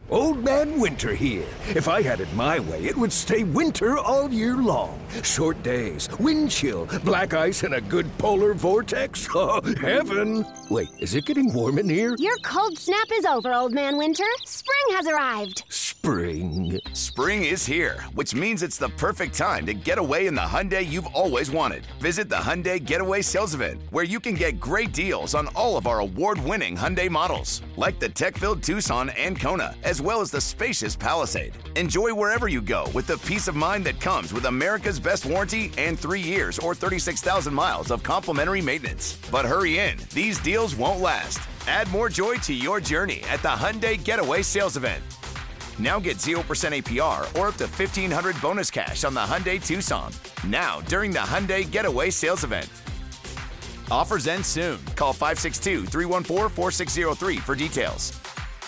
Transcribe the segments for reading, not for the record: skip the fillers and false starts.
Old Man Winter here. If I had it my way, it would stay winter all year long. Short days, wind chill, black ice, and a good polar vortex. Oh, heaven! Wait, is it getting warm in here? Your cold snap is over, Old Man Winter. Spring has arrived. Spring. Spring is here, which means it's the perfect time to get away in the Hyundai you've always wanted. Visit the Hyundai Getaway Sales Event, where you can get great deals on all of our award-winning Hyundai models, like the tech-filled Tucson and Kona, as well as the spacious Palisade. Enjoy wherever you go with the peace of mind that comes with America's best warranty and 3 years or 36,000 miles of complimentary maintenance. But hurry in, these deals won't last. Add more joy to your journey at the Hyundai Getaway Sales Event. Now get 0% APR or up to $1,500 bonus cash on the Hyundai Tucson. Now, during the Hyundai Getaway Sales Event. Offers end soon. Call 562-314-4603 for details.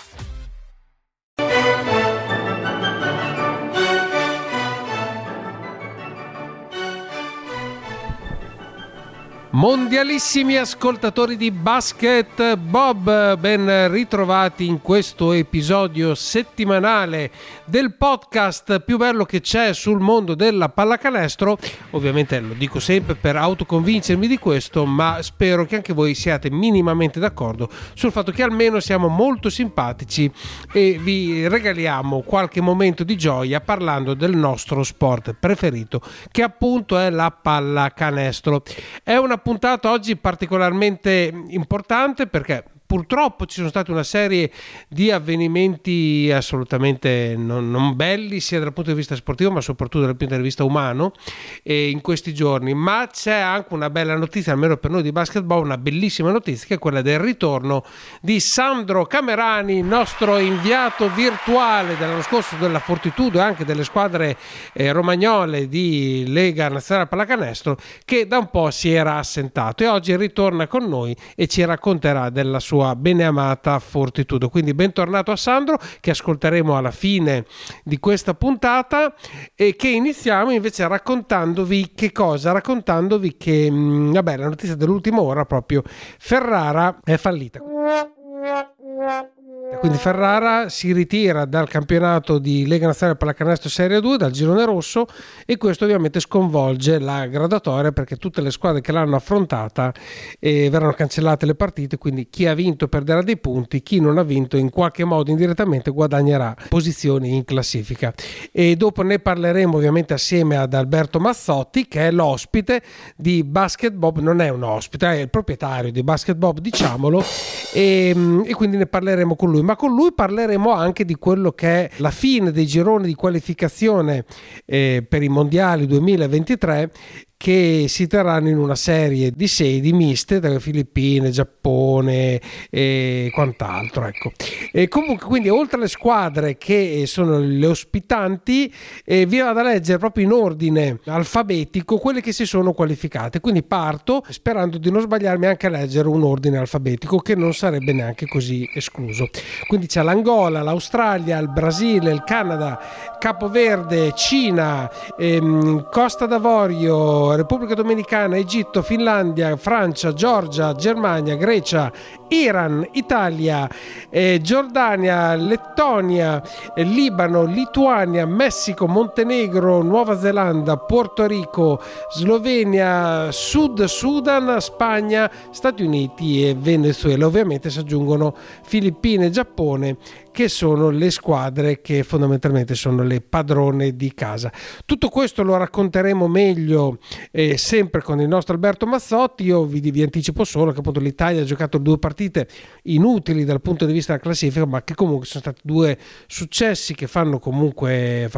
Mondialissimi ascoltatori di Basket Bob, ben ritrovati in questo episodio settimanale del podcast più bello che c'è sul mondo della pallacanestro. Ovviamente lo dico sempre per autoconvincermi di questo, ma spero che anche voi siate minimamente d'accordo sul fatto che almeno siamo molto simpatici e vi regaliamo qualche momento di gioia parlando del nostro sport preferito, che appunto è la pallacanestro. È una puntata oggi particolarmente importante perché purtroppo ci sono state una serie di avvenimenti assolutamente non belli, sia dal punto di vista sportivo ma soprattutto dal punto di vista umano in questi giorni, ma c'è anche una bella notizia, almeno per noi di basketball, una bellissima notizia, che è quella del ritorno di Sandro Camerani, nostro inviato virtuale dell'anno scorso della Fortitudo e anche delle squadre romagnole di Lega Nazionale Pallacanestro, che da un po' si era assentato e oggi ritorna con noi e ci racconterà della sua beneamata Fortitudo. Quindi bentornato a Sandro, che ascolteremo alla fine di questa puntata e che iniziamo invece raccontandovi che cosa? Raccontandovi che la notizia dell'ultima ora, proprio Ferrara è fallita. Quindi Ferrara si ritira dal campionato di Lega Nazionale Pallacanestro Serie 2, dal girone rosso, e questo ovviamente sconvolge la graduatoria, perché tutte le squadre che l'hanno affrontata verranno cancellate le partite, quindi chi ha vinto perderà dei punti, chi non ha vinto in qualche modo indirettamente guadagnerà posizioni in classifica. E dopo ne parleremo ovviamente assieme ad Alberto Mazzotti, che è l'ospite di Basket Bob, non è un ospite, è il proprietario di Basket Bob, diciamolo, e quindi ne parleremo con lui. Ma con lui parleremo anche di quello che è la fine dei gironi di qualificazione per i mondiali 2023, che si terranno in una serie di sedi miste tra Filippine, Giappone e quant'altro, ecco. E comunque, quindi, oltre alle squadre che sono le ospitanti, vi vado a leggere proprio in ordine alfabetico quelle che si sono qualificate, quindi parto sperando di non sbagliarmi anche a leggere un ordine alfabetico, che non sarebbe neanche così escluso. Quindi c'è l'Angola, l'Australia, il Brasile, il Canada, Capoverde, Cina, Costa d'Avorio, Repubblica Dominicana, Egitto, Finlandia, Francia, Georgia, Germania, Grecia, Iran, Italia, Giordania, Lettonia, Libano, Lituania, Messico, Montenegro, Nuova Zelanda, Porto Rico, Slovenia, Sud Sudan, Spagna, Stati Uniti e Venezuela. Ovviamente si aggiungono Filippine e Giappone, che sono le squadre che fondamentalmente sono le padrone di casa. Tutto questo lo racconteremo meglio sempre con il nostro Alberto Mazzotti. Io vi anticipo solo che appunto l'Italia ha giocato 2 partite inutili dal punto di vista della classifica, ma che comunque sono stati 2 successi che fanno comunque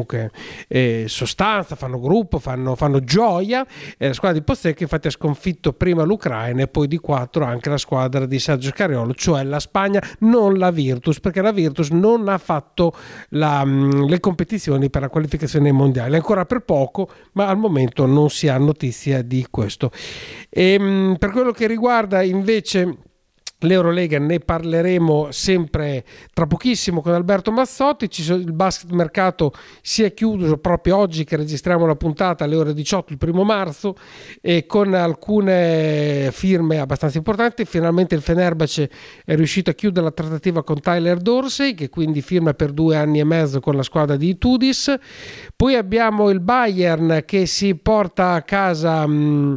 sostanza, fanno gruppo, fanno gioia. La squadra di Pozzecchi infatti ha sconfitto prima l'Ucraina e poi di 4 anche la squadra di Sergio Scariolo, cioè la Spagna, non la Virtus, perché la Virtus non ha fatto le competizioni per la qualificazione ai mondiali, ancora per poco, ma al momento non si ha notizia di questo. Per quello che riguarda invece L'Eurolega ne parleremo sempre tra pochissimo con Alberto Mazzotti. Il basket mercato si è chiuso proprio oggi che registriamo la puntata alle ore 18 il 1 marzo, e con alcune firme abbastanza importanti. Finalmente il Fenerbahce è riuscito a chiudere la trattativa con Tyler Dorsey, che quindi firma per 2 anni e mezzo con la squadra di Itudis. Poi abbiamo il Bayern che si porta a casa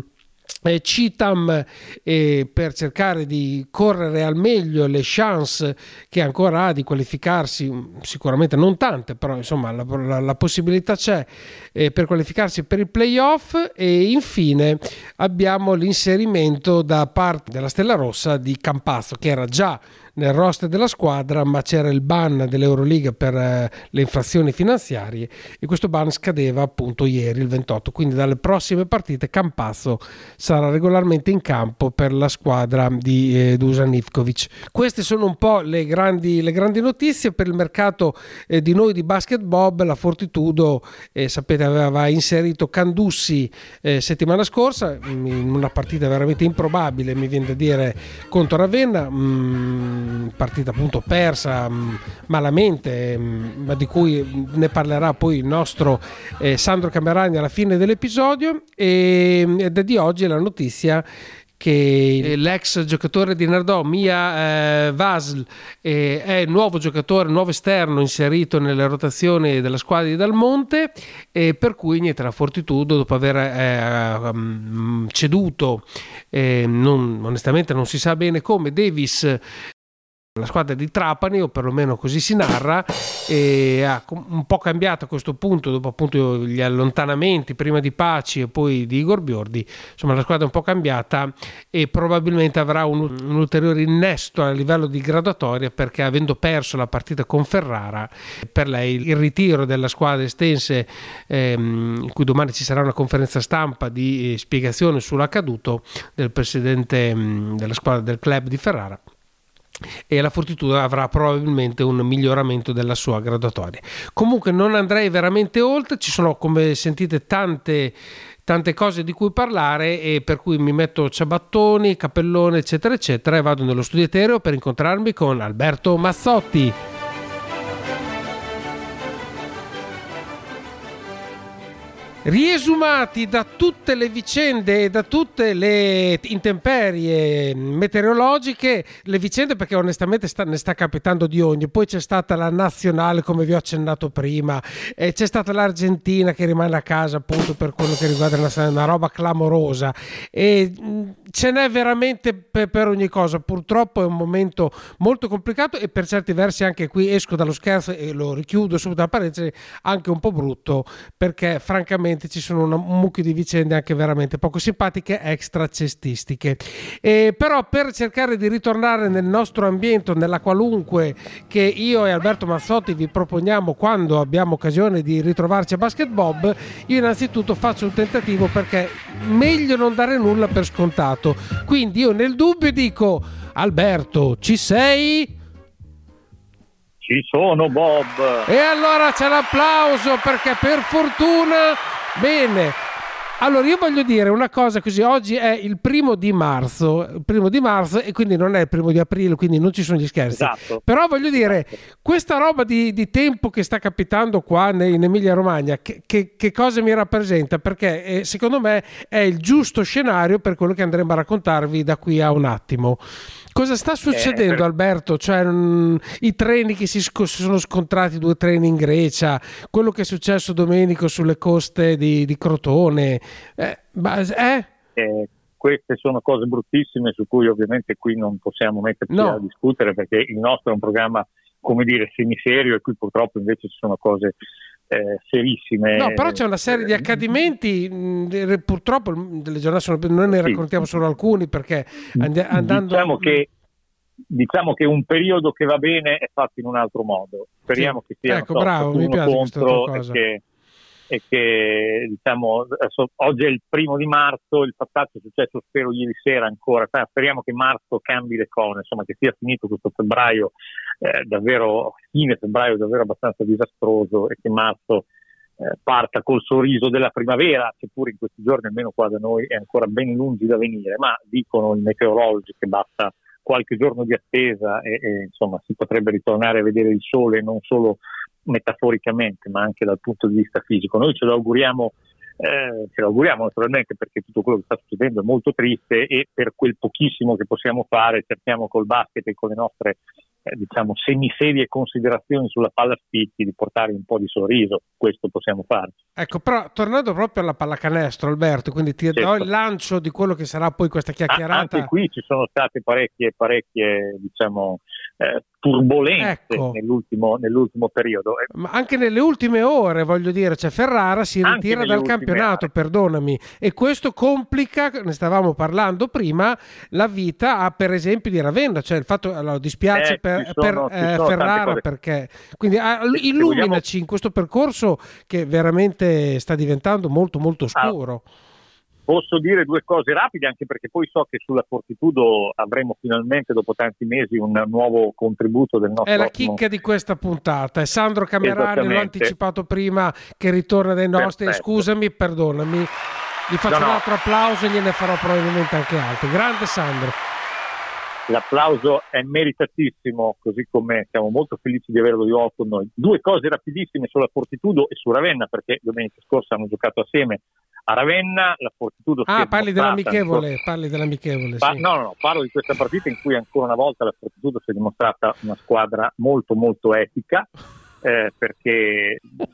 Citam per cercare di correre al meglio le chance che ancora ha di qualificarsi, sicuramente non tante, però insomma la possibilità c'è per qualificarsi per i playoff. E infine abbiamo l'inserimento da parte della Stella Rossa di Campazzo, che era già nel roster della squadra, ma c'era il ban dell'Euroliga per le infrazioni finanziarie, e questo ban scadeva appunto ieri, il 28, quindi dalle prossime partite Campazzo sarà regolarmente in campo per la squadra di Dusan Ivkovic. Queste sono un po' le grandi notizie per il mercato di noi di Basket Bob. La Fortitudo sapete aveva inserito Candussi settimana scorsa in una partita veramente improbabile, mi viene da dire, contro Ravenna, partita appunto persa malamente, ma di cui ne parlerà poi il nostro Sandro Camerani alla fine dell'episodio. Ed è di oggi la notizia che l'ex giocatore di Nardò, Mia Vasl, è nuovo giocatore, nuovo esterno inserito nelle rotazioni della squadra di Dalmonte, e per cui niente, la Fortitudo, dopo aver ceduto, onestamente non si sa bene come, Davis, la squadra di Trapani, o perlomeno così si narra, e ha un po' cambiato a questo punto dopo appunto gli allontanamenti prima di Paci e poi di Igor Biordi. Insomma, la squadra è un po' cambiata e probabilmente avrà un ulteriore innesto a livello di graduatoria, perché avendo perso la partita con Ferrara, per lei il ritiro della squadra estense, in cui domani ci sarà una conferenza stampa di spiegazione sull'accaduto del presidente della squadra del club di Ferrara, e la Fortitudo avrà probabilmente un miglioramento della sua graduatoria. Comunque non andrei veramente oltre, ci sono, come sentite, tante cose di cui parlare, e per cui mi metto ciabattoni, cappellone eccetera eccetera e vado nello studio etereo per incontrarmi con Alberto Mazzotti. Riesumati da tutte le vicende e da tutte le intemperie meteorologiche, le vicende, perché onestamente ne sta capitando di ogni. Poi c'è stata la nazionale, come vi ho accennato prima, c'è stata l'Argentina che rimane a casa appunto per quello che riguarda la nazionale, una roba clamorosa, e ce n'è veramente per ogni cosa. Purtroppo è un momento molto complicato, e per certi versi anche qui esco dallo scherzo e lo richiudo subito la parentesi, anche un po' brutto, perché francamente ci sono un mucchio di vicende anche veramente poco simpatiche, extra cestistiche. Però per cercare di ritornare nel nostro ambiente, nella qualunque che io e Alberto Mazzotti vi proponiamo quando abbiamo occasione di ritrovarci a Basket Bob, io innanzitutto faccio un tentativo, perché meglio non dare nulla per scontato. Quindi io nel dubbio dico: Alberto, ci sei? Ci sono, Bob. E allora c'è l'applauso, perché per fortuna. Bene, allora io voglio dire una cosa così: oggi è il 1 marzo e quindi non è il 1 aprile, quindi non ci sono gli scherzi. Esatto. Però voglio dire, questa roba di tempo che sta capitando qua in Emilia Romagna, che cosa mi rappresenta? Perché secondo me è il giusto scenario per quello che andremo a raccontarvi da qui a un attimo. Cosa sta succedendo, Alberto? Cioè, i treni che si sono scontrati, 2 treni in Grecia, quello che è successo domenico sulle coste di Crotone. Queste sono cose bruttissime su cui ovviamente qui non possiamo metterci a discutere, perché il nostro è un programma, come dire, semiserio, e qui purtroppo invece ci sono cose serissime. No, però c'è una serie di accadimenti, purtroppo delle giornate noi ne raccontiamo solo alcuni, perché andando... Diciamo che un periodo che va bene è fatto in un altro modo. Speriamo che sia bravo, mi piace contro, e che diciamo oggi è il 1 marzo, il fattaccio è successo spero ieri sera ancora, speriamo che marzo cambi le cose, insomma, che sia finito questo febbraio davvero, fine febbraio davvero abbastanza disastroso, e che marzo parta col sorriso della primavera, seppure in questi giorni almeno qua da noi è ancora ben lungi da venire, ma dicono i meteorologi che basta qualche giorno di attesa e insomma si potrebbe ritornare a vedere il sole non solo metaforicamente ma anche dal punto di vista fisico. Noi ce lo auguriamo naturalmente, perché tutto quello che sta succedendo è molto triste e per quel pochissimo che possiamo fare cerchiamo col basket e con le nostre diciamo semiserie considerazioni sulla palla spicchi di portare un po' di sorriso. Questo possiamo fare. Ecco, però tornando proprio alla pallacanestro, Alberto, quindi ti do il lancio di quello che sarà poi questa chiacchierata. Anche qui ci sono state parecchie diciamo turbolenze, ecco, nell'ultimo periodo. Ma anche nelle ultime ore, voglio dire, cioè Ferrara si ritira dal campionato, perdonami, e questo complica, ne stavamo parlando prima, la vita per esempio di Ravenna, cioè il fatto, allora, dispiace per Ferrara, perché quindi illuminaci in questo percorso che veramente sta diventando molto molto oscuro. Posso dire due cose rapide, anche perché poi so che sulla Fortitudo avremo finalmente dopo tanti mesi un nuovo contributo del nostro... È la chicca di questa puntata, è Sandro Camerani, l'ho anticipato prima, che ritorna dai nostri. Perfetto. Scusami, perdonami, gli faccio un altro applauso e gliene farò probabilmente anche altri. Grande Sandro. L'applauso è meritatissimo, così come siamo molto felici di averlo di nuovo con noi. Due cose rapidissime sulla Fortitudo e su Ravenna, perché domenica scorsa hanno giocato assieme a Ravenna. La Fortitudo parli dell'amichevole, sì. No, parlo di questa partita in cui ancora una volta la Fortitudo si è dimostrata una squadra molto molto etica, perché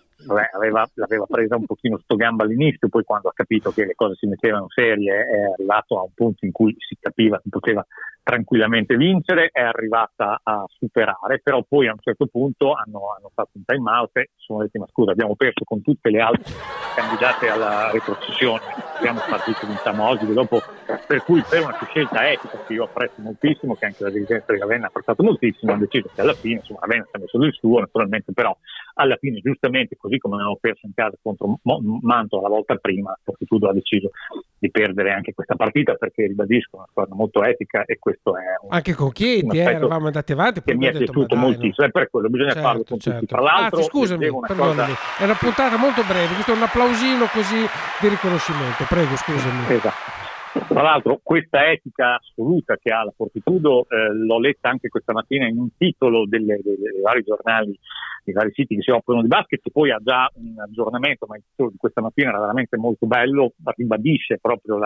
l'aveva presa un pochino sto gamba all'inizio, poi quando ha capito che le cose si mettevano serie è arrivato a un punto in cui si capiva che poteva tranquillamente vincere, è arrivata a superare, però poi a un certo punto hanno fatto un time out e sono detto: ma scusa, abbiamo perso con tutte le altre candidate alla retrocessione, abbiamo fatto tutto, vinciamo oggi, dopo, per cui per una scelta etica che io apprezzo moltissimo, che anche la dirigenza di Ravenna ha apprezzato moltissimo, hanno deciso che alla fine, insomma, Ravenna si è messo del suo naturalmente, però alla fine giustamente, così come avevamo perso in casa contro Mantova la volta prima, Fortitudo ha deciso di perdere anche questa partita, perché ribadisco, una squadra molto etica, e questo è anche con Chieti eravamo andati avanti, che mi è piaciuto moltissimo, per quello bisogna farlo con tutti. Tra l'altro, scusami, perdonami, è una puntata molto breve, questo è un applausino così di riconoscimento, prego, scusami. Esatto. Tra l'altro questa etica assoluta che ha la Fortitudo l'ho letta anche questa mattina in un titolo dei vari giornali, dei vari siti che si occupano di basket, che poi ha già un aggiornamento, ma il titolo di questa mattina era veramente molto bello, ribadisce proprio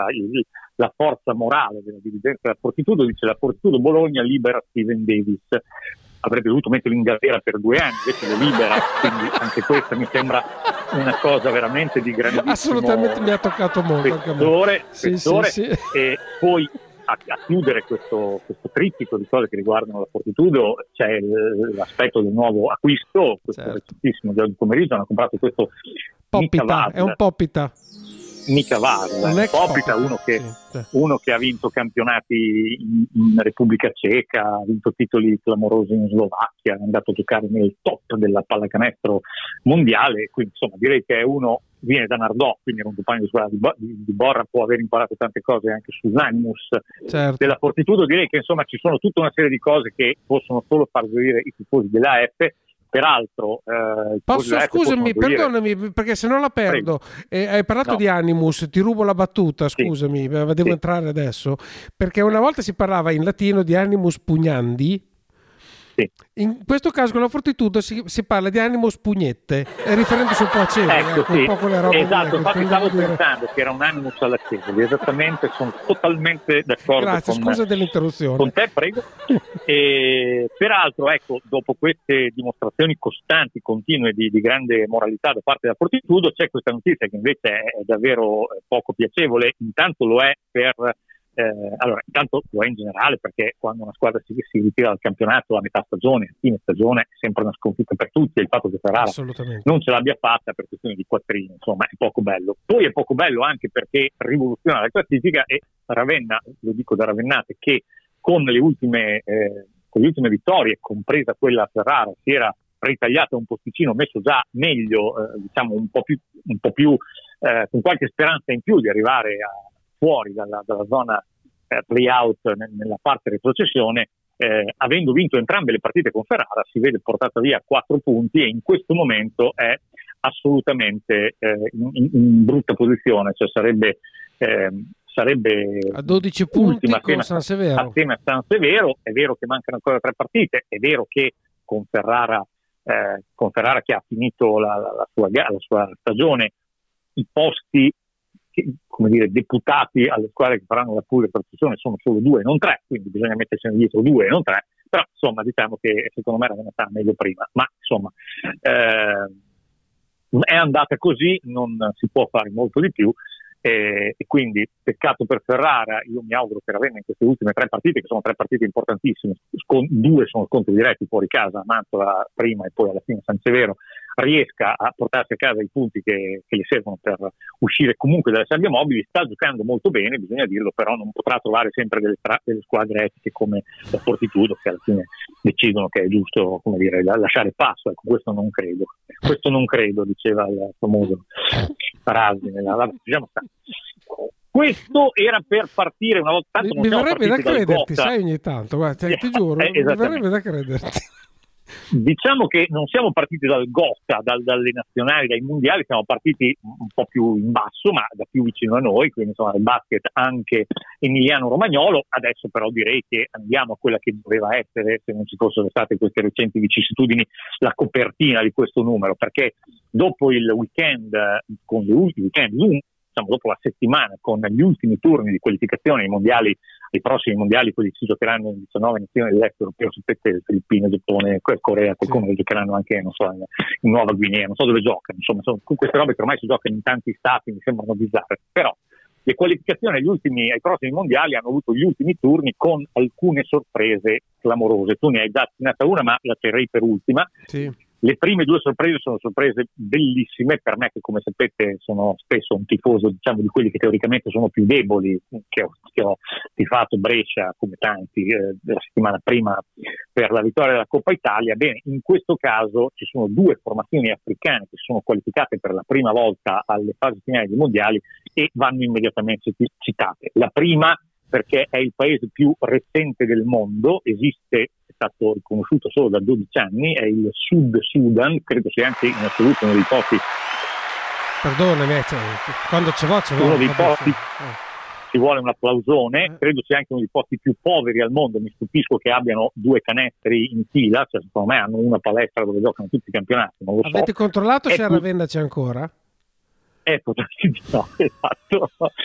la forza morale della dirigenza della Fortitudo. Dice: la Fortitudo Bologna libera Steven Davis. Avrebbe dovuto metterlo in galera per 2 anni, invece lo libera, quindi anche questa mi sembra una cosa veramente di grandissimo, assolutamente mi ha toccato molto spessore. Sì. E poi a chiudere questo trittico di cose che riguardano la Fortitudo c'è l'aspetto del nuovo acquisto, questo recentissimo di oggi pomeriggio hanno comprato questo Popita, è un Popita. Mica Varda, Popita, uno che ha vinto campionati in Repubblica Ceca, ha vinto titoli clamorosi in Slovacchia, è andato a giocare nel top della pallacanestro mondiale, quindi insomma direi che è uno, viene da Nardò, quindi era un compagno di squadra di Borra, può aver imparato tante cose anche sull'animus della Fortitudo. Direi che insomma ci sono tutta una serie di cose che possono solo far gioire i tifosi dell'AF. Peraltro, scusami, perdonami, perché se non la perdo. Hai parlato di Animus, ti rubo la battuta, scusami, devo entrare adesso, perché una volta si parlava in latino di Animus pugnandi. In questo caso con la Fortitudo si parla di Animus pugnette, riferendosi un po' a Cevoli, un po' quelle robe. Esatto, infatti stavo pensando che era un Animus alla Cevoli, esattamente, sono totalmente d'accordo. Grazie, scusa dell'interruzione. Con te, prego. E, peraltro, ecco, dopo queste dimostrazioni costanti, continue di grande moralità da parte della Fortitudo, c'è questa notizia che invece è davvero poco piacevole. Intanto lo è per... allora, intanto lo è in generale, perché quando una squadra si ritira dal campionato a metà stagione, a fine stagione, è sempre una sconfitta per tutti. Il fatto che Ferrara non ce l'abbia fatta per questione di quattrini, insomma, è poco bello. Poi è poco bello anche perché rivoluziona la classifica, e Ravenna, lo dico da ravennate, che con le ultime vittorie, compresa quella a Ferrara, si era ritagliata un posticino, messo già meglio, diciamo un po' più con qualche speranza in più di arrivare fuori dalla zona play-out nella parte retrocessione, avendo vinto entrambe le partite con Ferrara, si vede portata via 4 punti e in questo momento è assolutamente in brutta posizione, cioè sarebbe a 12 punti ultima con San Severo. Assieme a San Severo. È vero che mancano ancora 3 partite, è vero che con Ferrara che ha finito la sua stagione, i posti deputati alle squadre che faranno la Puglia per stagione sono solo 2 e non 3, quindi bisogna mettersene dietro 2 e non 3, però insomma diciamo che secondo me era venuta meglio prima, ma insomma è andata così, non si può fare molto di più. E quindi peccato per Ferrara. Io mi auguro che Ravenna in queste ultime 3 partite, che sono 3 partite importantissime, 2 sono scontri diretti fuori casa, Mantova prima e poi alla fine San Severo, riesca a portarsi a casa i punti che gli servono per uscire comunque dalle sabbie mobili. Sta giocando molto bene, bisogna dirlo, però non potrà trovare sempre delle squadre etiche come la Fortitudo, che alla fine decidono che è giusto, come dire, lasciare passo. Ecco, questo non credo, diceva il famoso Rasi Questo era per partire una volta tanto. Mi verrebbe da crederti, sai, ogni tanto, guarda, ti giuro, mi verrebbe da crederti. Diciamo che non siamo partiti dal Gotha, dalle nazionali, dai mondiali, siamo partiti un po' più in basso, ma da più vicino a noi, quindi insomma il basket anche Emiliano Romagnolo. Adesso però direi che andiamo a quella che doveva essere, se non ci fossero state queste recenti vicissitudini, la copertina di questo numero, perché dopo il weekend, con gli ultimi weekend, dopo la settimana con gli ultimi turni di qualificazione ai prossimi mondiali, quelli che si giocheranno in 19 nazioni dell'estero, europeo, sapete, Filippine, Giappone, Corea, qualcuno che giocheranno anche, non so, in Nuova Guinea, non so dove giocano, insomma, sono queste robe che ormai si giocano in tanti stati, mi sembrano bizzarre, però le qualificazioni ai prossimi mondiali hanno avuto gli ultimi turni con alcune sorprese clamorose. Tu ne hai già accennata una, ma la terrei per ultima. Sì. Le prime 2 sorprese sono sorprese bellissime per me, che come sapete sono spesso un tifoso, diciamo, di quelli che teoricamente sono più deboli, che ho tifato Brescia come tanti la settimana prima per la vittoria della Coppa Italia. Bene, in questo caso ci sono 2 formazioni africane che sono qualificate per la prima volta alle fasi finali dei mondiali e vanno immediatamente citate. La prima perché è il paese più recente del mondo, è stato riconosciuto solo da 12 anni, è il Sud Sudan, credo sia anche in assoluto uno dei posti. Perdonami, quando ci vuole uno dei posti, ci vuole un applausone, credo sia anche uno dei posti più poveri al mondo. Mi stupisco che abbiano 2 canestri in fila, cioè secondo me hanno una palestra dove giocano tutti i campionati, non lo so. Avete controllato se a Ravenna c'è ancora? Potresti di no, esatto.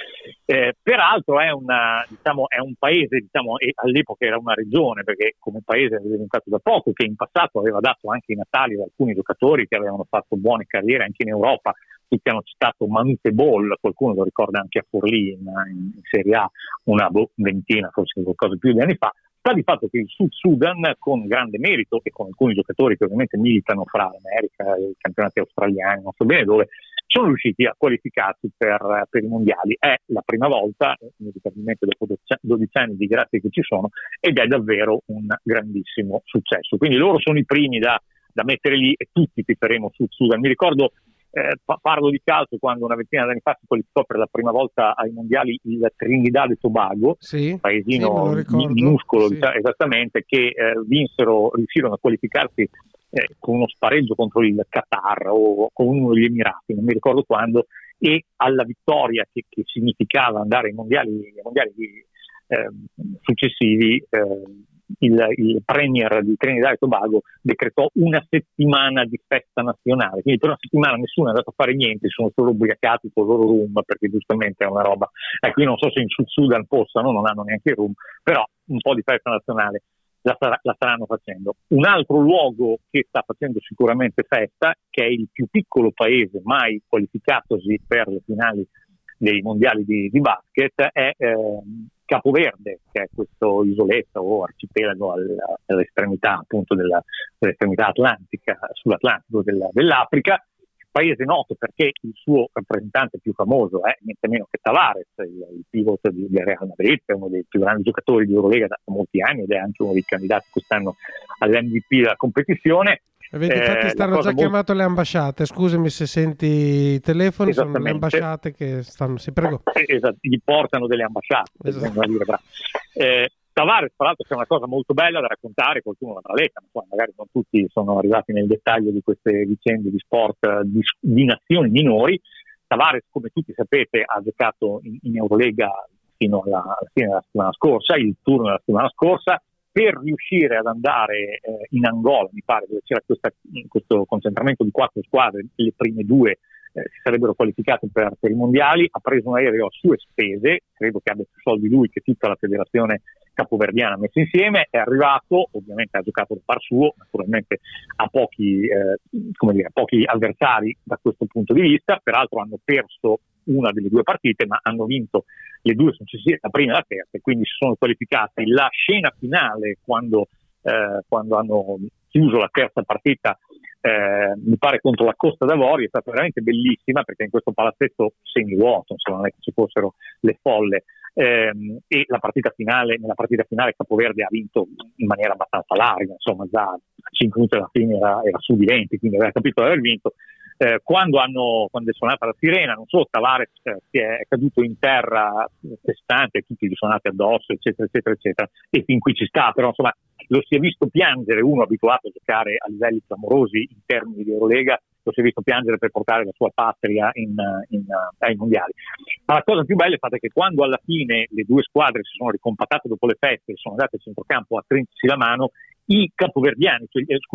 Peraltro è un paese, e all'epoca era una regione, perché come paese è diventato da poco, che in passato aveva dato anche i natali ad alcuni giocatori che avevano fatto buone carriere anche in Europa. Tutti hanno citato Manute Ball, qualcuno lo ricorda anche a Forlì in Serie A una ventina, forse qualcosa più di anni fa. Sta di fatto che il Sud Sudan, con grande merito e con alcuni giocatori che ovviamente militano fra l'America e i campionati australiani, non so bene dove, sono riusciti a qualificarsi per i mondiali. È la prima volta, inevitabilmente dopo 12 anni di grazie che ci sono, ed è davvero un grandissimo successo. Quindi loro sono i primi da mettere lì e tutti tiferemo Sud Sudan. Mi ricordo, parlo di calcio, quando una ventina d'anni fa si qualificò per la prima volta ai mondiali il Trinidad e Tobago, paesino minuscolo, sì. Esattamente, che riuscirono a qualificarsi con uno spareggio contro il Qatar o con uno degli Emirati, non mi ricordo quando, e alla vittoria che significava andare ai mondiali successivi, il premier di Trinidad e Tobago decretò una settimana di festa nazionale, quindi per una settimana nessuno è andato a fare niente, sono solo ubriacati con il loro rum, perché giustamente è una roba, ecco, io non so se in Sud Sudan possano, non hanno neanche il rum, però un po' di festa nazionale la staranno facendo. Un altro luogo che sta facendo sicuramente festa, che è il più piccolo paese mai qualificatosi per le finali dei mondiali di basket, è Capoverde, che è questo isoletto o arcipelago all'estremità appunto dell'estremità atlantica, sull'Atlantico dell'Africa. Paese noto perché il suo rappresentante più famoso è niente meno che Tavares, il pivot del Real Madrid, è uno dei più grandi giocatori di Eurolega da molti anni ed è anche uno dei candidati quest'anno all'MVP della competizione. Infatti stanno già chiamato le ambasciate, scusami se senti i telefoni, sono le ambasciate che stanno, si prego. Esatto, gli portano delle ambasciate. Esatto. Tavares, tra l'altro, c'è una cosa molto bella da raccontare, qualcuno l'avrà letta, ma magari non tutti sono arrivati nel dettaglio di queste vicende di sport di nazioni minori. Tavares, come tutti sapete, ha giocato in Eurolega fino alla fine della settimana scorsa, il turno della settimana scorsa, per riuscire ad andare in Angola, mi pare, dove c'era questo concentramento di 4 squadre, le prime 2 si sarebbero qualificate per i mondiali. Ha preso un aereo a sue spese, credo che abbia più soldi lui che tutta la federazione capoverdiana messa insieme. È arrivato, ovviamente ha giocato da par suo, naturalmente a pochi avversari da questo punto di vista. Peraltro hanno perso una delle 2 partite, ma hanno vinto le 2 successive, la prima e la terza, e quindi si sono qualificati. La scena finale, quando hanno chiuso la terza partita, mi pare contro la Costa d'Avorio, è stata veramente bellissima, perché in questo palazzetto semivuoto, insomma, non è che ci fossero le folle, e nella partita finale Capoverde ha vinto in maniera abbastanza larga, insomma, già a 5 minuti alla fine era su di 20, quindi aveva capito di aver vinto. Quando è suonata la sirena, non solo Tavares si è caduto in terra pestante, tutti gli suonati addosso, eccetera eccetera eccetera, e fin qui ci sta, però insomma lo si è visto piangere, uno abituato a giocare a livelli clamorosi in termini di Eurolega, lo si è visto piangere per portare la sua patria ai mondiali. Ma la cosa più bella è stata che quando alla fine le 2 squadre si sono ricompattate dopo le feste e sono andate a centrocampo a stringersi la mano, i capoverdiani,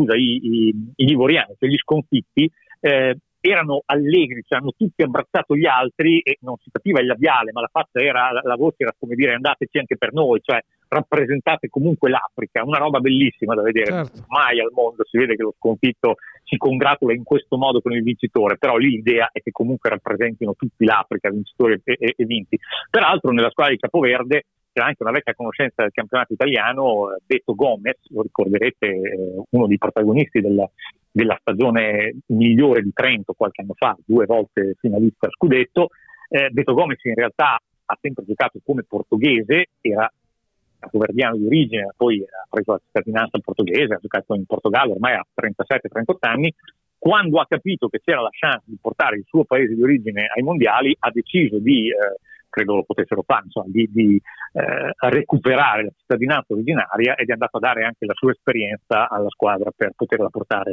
i livoriani, cioè gli sconfitti, erano allegri, cioè hanno tutti abbracciato gli altri e non si capiva il labiale, ma la voce era come dire: andateci anche per noi, cioè rappresentate comunque l'Africa, una roba bellissima da vedere. Certo. Mai al mondo si vede che lo sconfitto si congratula in questo modo con il vincitore, però lì l'idea è che comunque rappresentino tutti l'Africa, vincitori e vinti. Peraltro nella squadra di Capoverde c'era anche una vecchia conoscenza del campionato italiano, Beto Gomez, lo ricorderete, uno dei protagonisti della stagione migliore di Trento qualche anno fa, 2 volte finalista a scudetto. Beto Gomez in realtà ha sempre giocato come portoghese, era capoverdiano di origine, poi ha preso la cittadinanza portoghese, ha giocato in Portogallo, ormai ha 37-38 anni. Quando ha capito che c'era la chance di portare il suo paese di origine ai mondiali, ha deciso di credo lo potessero fare, insomma, di recuperare la cittadinanza originaria, ed è andato a dare anche la sua esperienza alla squadra per poterla portare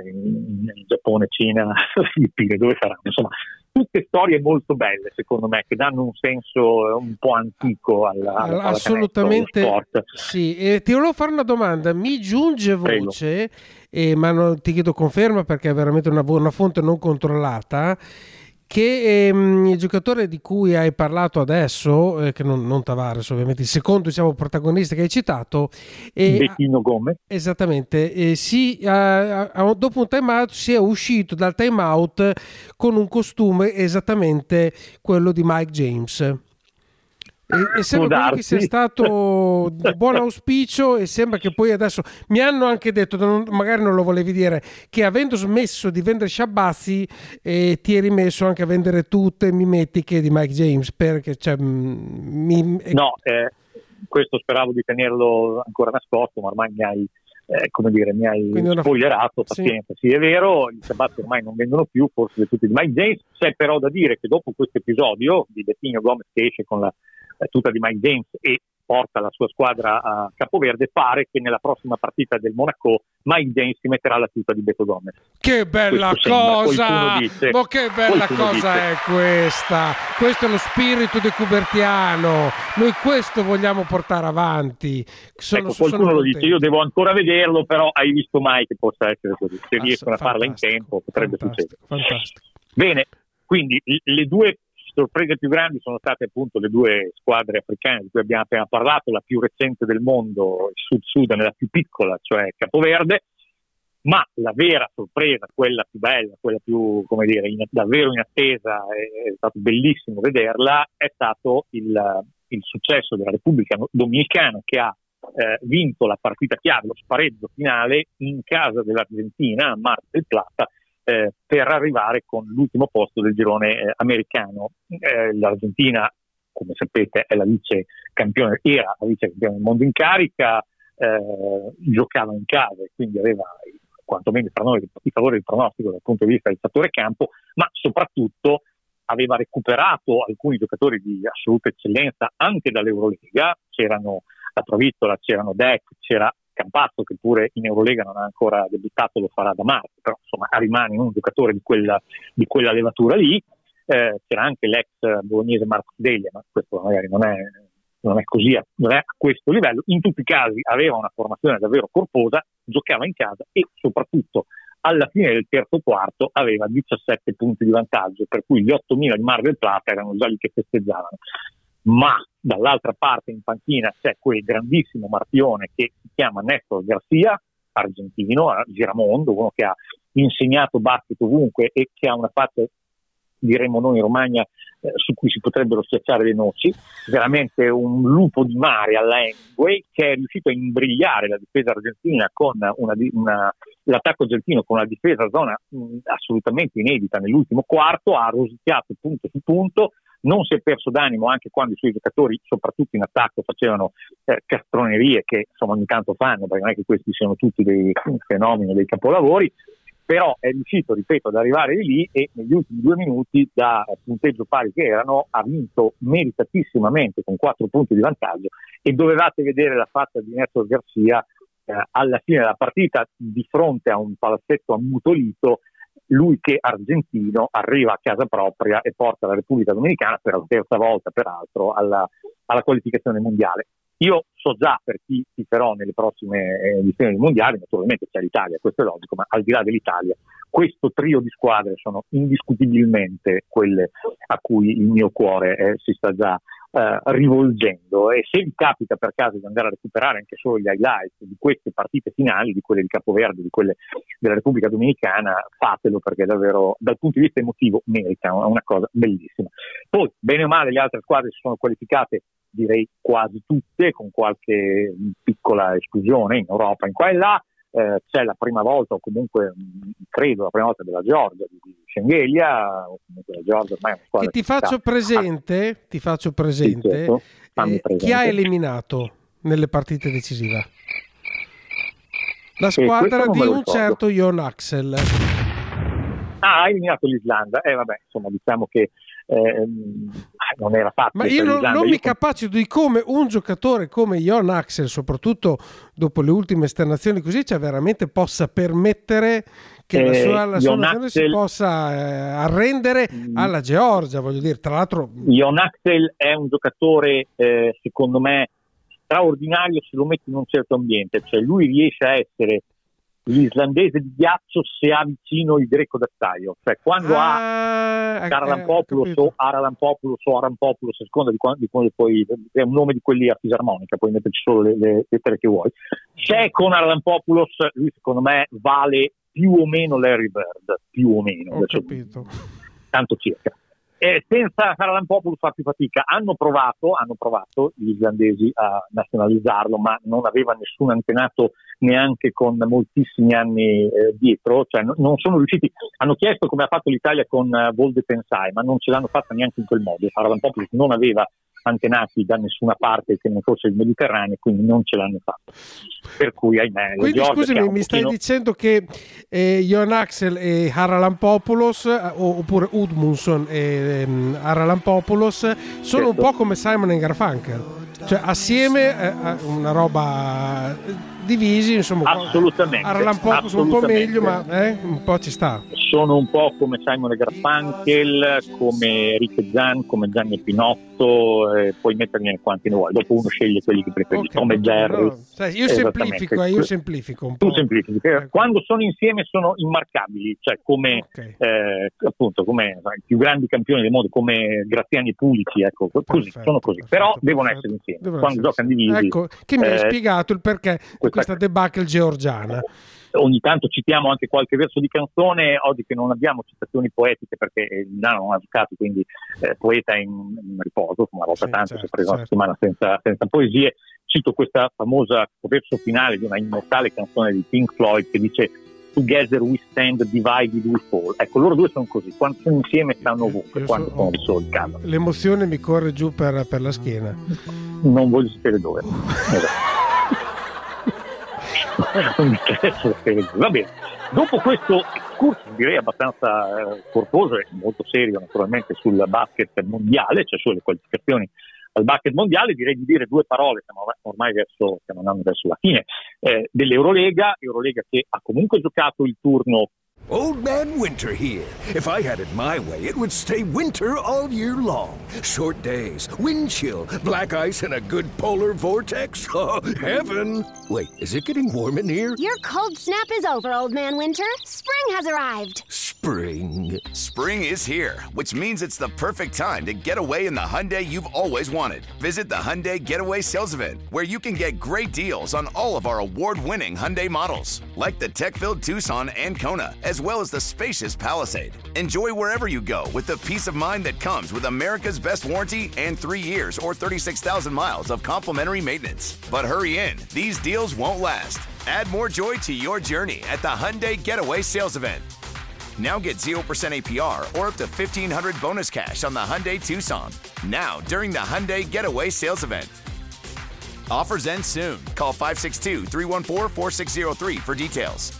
in Giappone, Cina, Filippine, dove saranno. Insomma, tutte storie molto belle, secondo me, che danno un senso un po' antico assolutamente sport. Sì. Ti volevo fare una domanda, mi giunge voce, ma non ti chiedo conferma perché è veramente una fonte non controllata, che il giocatore di cui hai parlato adesso, che non Tavares ovviamente, il secondo protagonista che hai citato, Bettino Gomez, esattamente, dopo un time out si è uscito dal time out con un costume esattamente quello di Mike James. E sembra che sia stato di buon auspicio, e sembra che poi adesso mi hanno anche detto, magari non lo volevi dire, che avendo smesso di vendere sciabazzi ti eri messo anche a vendere tutte mimetiche di Mike James, perché questo speravo di tenerlo ancora nascosto, ma ormai mi hai spoilerato. Pazienza, sì, è vero, i sciabazzi ormai non vendono più, forse tutti di Mike James. C'è però da dire che dopo questo episodio di Bettino Gomez che esce con la tuta di Mike James e porta la sua squadra a Capoverde, pare che nella prossima partita del Monaco Mike James si metterà la tuta di Beto Gomez. Che bella cosa! Ma che bella cosa è questa! Questo è lo spirito di Cubertiano, noi questo vogliamo portare avanti. Qualcuno lo dice, io devo ancora vederlo, però hai visto mai che possa essere così? Se riescono a farla in tempo potrebbe succedere. Fantastico. Bene, quindi le 2 sorprese più grandi sono state appunto le 2 squadre africane di cui abbiamo appena parlato, la più recente del mondo, il Sud-Sudan, e la più piccola, cioè Capoverde. Ma la vera sorpresa, quella più bella, quella più, davvero inattesa, è stato bellissimo vederla, è stato il successo della Repubblica Dominicana, che ha vinto la partita chiave, lo spareggio finale in casa dell'Argentina a Mar del Plata, per arrivare con l'ultimo posto del girone americano. L'Argentina, come sapete, è era la vice campione del mondo in carica, giocava in casa e quindi aveva quantomeno per noi i favori del pronostico dal punto di vista del fattore campo, ma soprattutto aveva recuperato alcuni giocatori di assoluta eccellenza anche dall'Eurolega. C'erano la Provittola, c'erano Dec, c'era Campazzo, che pure in Eurolega non ha ancora debuttato, lo farà da marzo, però insomma rimane un giocatore di quella levatura lì. c'era anche l'ex bolognese Marco Delia, ma questo magari non è così, non è a questo livello. In tutti i casi aveva una formazione davvero corposa, giocava in casa e soprattutto alla fine del terzo quarto aveva 17 punti di vantaggio, per cui gli 8.000 di Mar del Plata erano già lì che festeggiavano. Ma dall'altra parte in panchina c'è quel grandissimo marpione che si chiama Néstor Garcia, argentino, a Giramondo, uno che ha insegnato basket ovunque e che ha una faccia, diremmo noi in Romagna, su cui si potrebbero schiacciare le noci, veramente un lupo di mare alla Hemingway, che è riuscito a imbrigliare la difesa argentina con l'attacco argentino con una difesa a zona assolutamente inedita nell'ultimo quarto, ha rosicchiato punto su punto, non si è perso d'animo anche quando i suoi giocatori, soprattutto in attacco, facevano castronerie che insomma ogni tanto fanno, perché non è che questi siano tutti dei fenomeni, dei capolavori, però è riuscito, ripeto, ad arrivare di lì e negli ultimi 2 minuti, da punteggio pari che erano, ha vinto meritatisssimamente con 4 punti di vantaggio. E dovevate vedere la faccia di Néstor Garcia alla fine della partita, di fronte a un palazzetto ammutolito, lui che argentino arriva a casa propria e porta la Repubblica Dominicana per la terza volta peraltro alla qualificazione mondiale. Io so già per chi tiferò nelle prossime edizioni del mondiale, naturalmente c'è l'Italia, questo è logico, ma al di là dell'Italia questo trio di squadre sono indiscutibilmente quelle a cui il mio cuore si sta già rivolgendo, e se vi capita per caso di andare a recuperare anche solo gli highlights di queste partite finali, di quelle di Capoverde, di quelle della Repubblica Dominicana, fatelo, perché davvero dal punto di vista emotivo merita, è una cosa bellissima. Poi bene o male le altre squadre si sono qualificate, direi quasi tutte, con qualche piccola esclusione in Europa in qua e là. C'è la prima volta, o comunque credo la prima volta, della Georgia, di Schengelia, o comunque la Georgia ormai è una squadra che ti faccio presente, sì, certo. Chi ha eliminato nelle partite decisive? La squadra di un certo Jon Axel. Ha eliminato l'Islanda, vabbè, insomma, diciamo che non era facile. Ma io non mi capacito di come un giocatore come Jon Axel, soprattutto dopo le ultime esternazioni così, cioè veramente possa permettere che la sua nazione si possa arrendere alla Georgia, voglio dire. Tra l'altro Jon Axel è un giocatore secondo me straordinario se lo metti in un certo ambiente, cioè lui riesce a essere l'islandese di ghiaccio se ha vicino il greco d'acciaio, cioè quando ha Charalampopoulos o Aralampopoulos o Arampopoulos, a seconda di quando poi è un nome di quelli a fisarmonica, puoi metterci solo le lettere che vuoi. C'è con Aralampopoulos, lui secondo me vale più o meno Larry Bird, più o meno, ho capito, tanto circa. Senza Charalampopoulos fa più fatica. Hanno provato gli islandesi a nazionalizzarlo, ma non aveva nessun antenato neanche con moltissimi anni dietro, cioè non sono riusciti. Hanno chiesto come ha fatto l'Italia con Volde Pensai, ma non ce l'hanno fatta neanche in quel modo. Charalampopoulos non aveva antenati da nessuna parte che non fosse il Mediterraneo, quindi non ce l'hanno fatto, per cui ahimè. Quindi scusami, mi stai dicendo che Jon Axel e Haralampopoulos oppure Udmundsson e Haralampopoulos sono certo. Un po' come Simon e Garfunkel, cioè assieme una roba divisi, insomma. Assolutamente. Haralampopoulos un po' meglio, ma un po' ci sta. Sono un po' come Simon e Garfunkel, come Rick e Zan, come Gianni e Pinotto, puoi metterne quanti ne vuoi, dopo uno sceglie quelli che preferisci, Tom e Jerry. No. Io semplifico un po'. Tu semplifichi. Quando sono insieme sono immarcabili, cioè come appunto come i più grandi campioni del mondo, come Graziani e Pulici, ecco, così, sono così. Però devono essere insieme. Quando giocano divisi. Ecco, che mi hai spiegato il perché di questa debacle georgiana. Ogni tanto citiamo anche qualche verso di canzone, oggi che non abbiamo citazioni poetiche perché Milano non ha giocato, quindi poeta in riposo, come una volta tanto si è preso una settimana senza poesie. Cito questa famosa verso finale di una immortale canzone di Pink Floyd che dice "Together we stand, divided we fall". Ecco, loro due sono così, quando sono insieme stanno ovunque, quando sono di solo in casa. L'emozione mi corre giù per la schiena. Non voglio sapere dove. Non mi interessa sapere dove. Va bene. Dopo questo discorso direi abbastanza corposo e molto serio naturalmente sul basket mondiale, cioè sulle qualificazioni al basket mondiale, direi di dire due parole, stiamo ormai stiamo andando verso la fine, dell'Eurolega che ha comunque giocato il turno Old Man Winter here. If I had it my way, it would stay winter all year long. Short days, wind chill, black ice, and a good polar vortex. Oh, heaven! Wait, is it getting warm in here? Your cold snap is over, Old Man Winter. Spring has arrived. Spring. Spring is here, which means it's the perfect time to get away in the Hyundai you've always wanted. Visit the Hyundai Getaway Sales Event, where you can get great deals on all of our award-winning Hyundai models, like the tech-filled Tucson and Kona, as well as the spacious Palisade. Enjoy wherever you go with the peace of mind that comes with America's best warranty and 3 years or 36,000 miles of complimentary maintenance. But hurry in, these deals won't last. Add more joy to your journey at the Hyundai Getaway Sales Event. Now get 0% APR or up to $1,500 bonus cash on the Hyundai Tucson. Now, during the Hyundai Getaway Sales Event. Offers end soon. Call 562-314-4603 for details.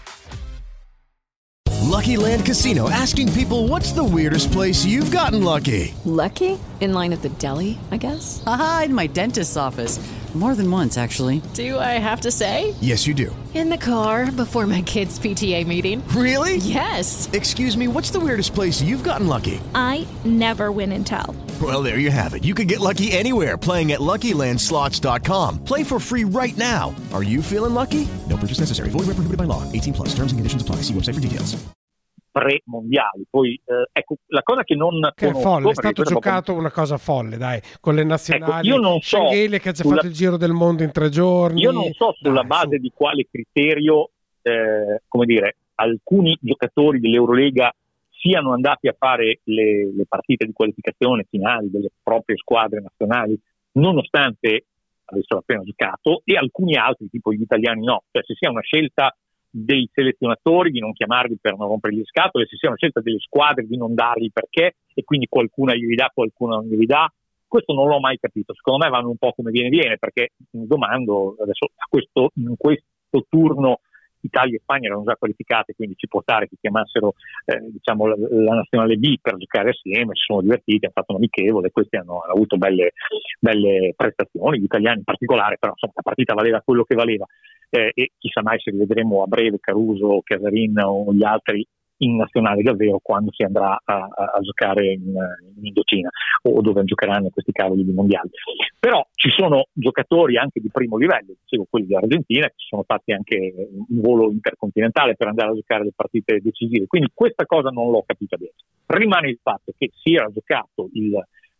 Lucky Land Casino, asking people, what's the weirdest place you've gotten lucky? Lucky? In line at the deli, I guess? Aha, in my dentist's office. More than once, actually. Do I have to say? Yes, you do. In the car before my kids' PTA meeting. Really? Yes. Excuse me, what's the weirdest place you've gotten lucky? I never win and tell. Well, there you have it. You can get lucky anywhere, playing at LuckyLandSlots.com. Play for free right now. Are you feeling lucky? No purchase necessary. Void where prohibited by law. 18+. Terms and conditions apply. See website for details. Pre-mondiali. Poi ecco, la cosa che non che è folle, è stato giocato proprio... una cosa folle, dai, con le nazionali. Ecco, io non so Schengele che ha già fatto il giro del mondo in 3 giorni. Io non so sulla base di quale criterio come dire, alcuni giocatori dell'Eurolega siano andati a fare le partite di qualificazione finali delle proprie squadre nazionali nonostante avessero appena giocato, e alcuni altri, tipo gli italiani, no. Cioè, se sia una scelta dei selezionatori di non chiamarli per non rompergli le scatole, se sia una scelta delle squadre di non dargli perché, e quindi qualcuna gli dà, qualcuna non gli dà, questo non l'ho mai capito. Secondo me vanno un po' come viene, perché mi domando adesso, in questo turno Italia e Spagna erano già qualificate, quindi ci può stare che chiamassero diciamo la nazionale B per giocare assieme, si sono divertiti, hanno fatto un amichevole, questi hanno avuto belle prestazioni, gli italiani in particolare, però insomma la partita valeva quello che valeva, e chissà mai se rivedremo a breve Caruso, Casarin o gli altri in nazionale davvero quando si andrà a giocare in Indocina o dove giocheranno questi cavoli di mondiali. Però ci sono giocatori anche di primo livello, dicevo quelli dell'Argentina, che sono fatti anche un volo intercontinentale per andare a giocare le partite decisive, quindi questa cosa non l'ho capita bene. Rimane il fatto che si era giocato il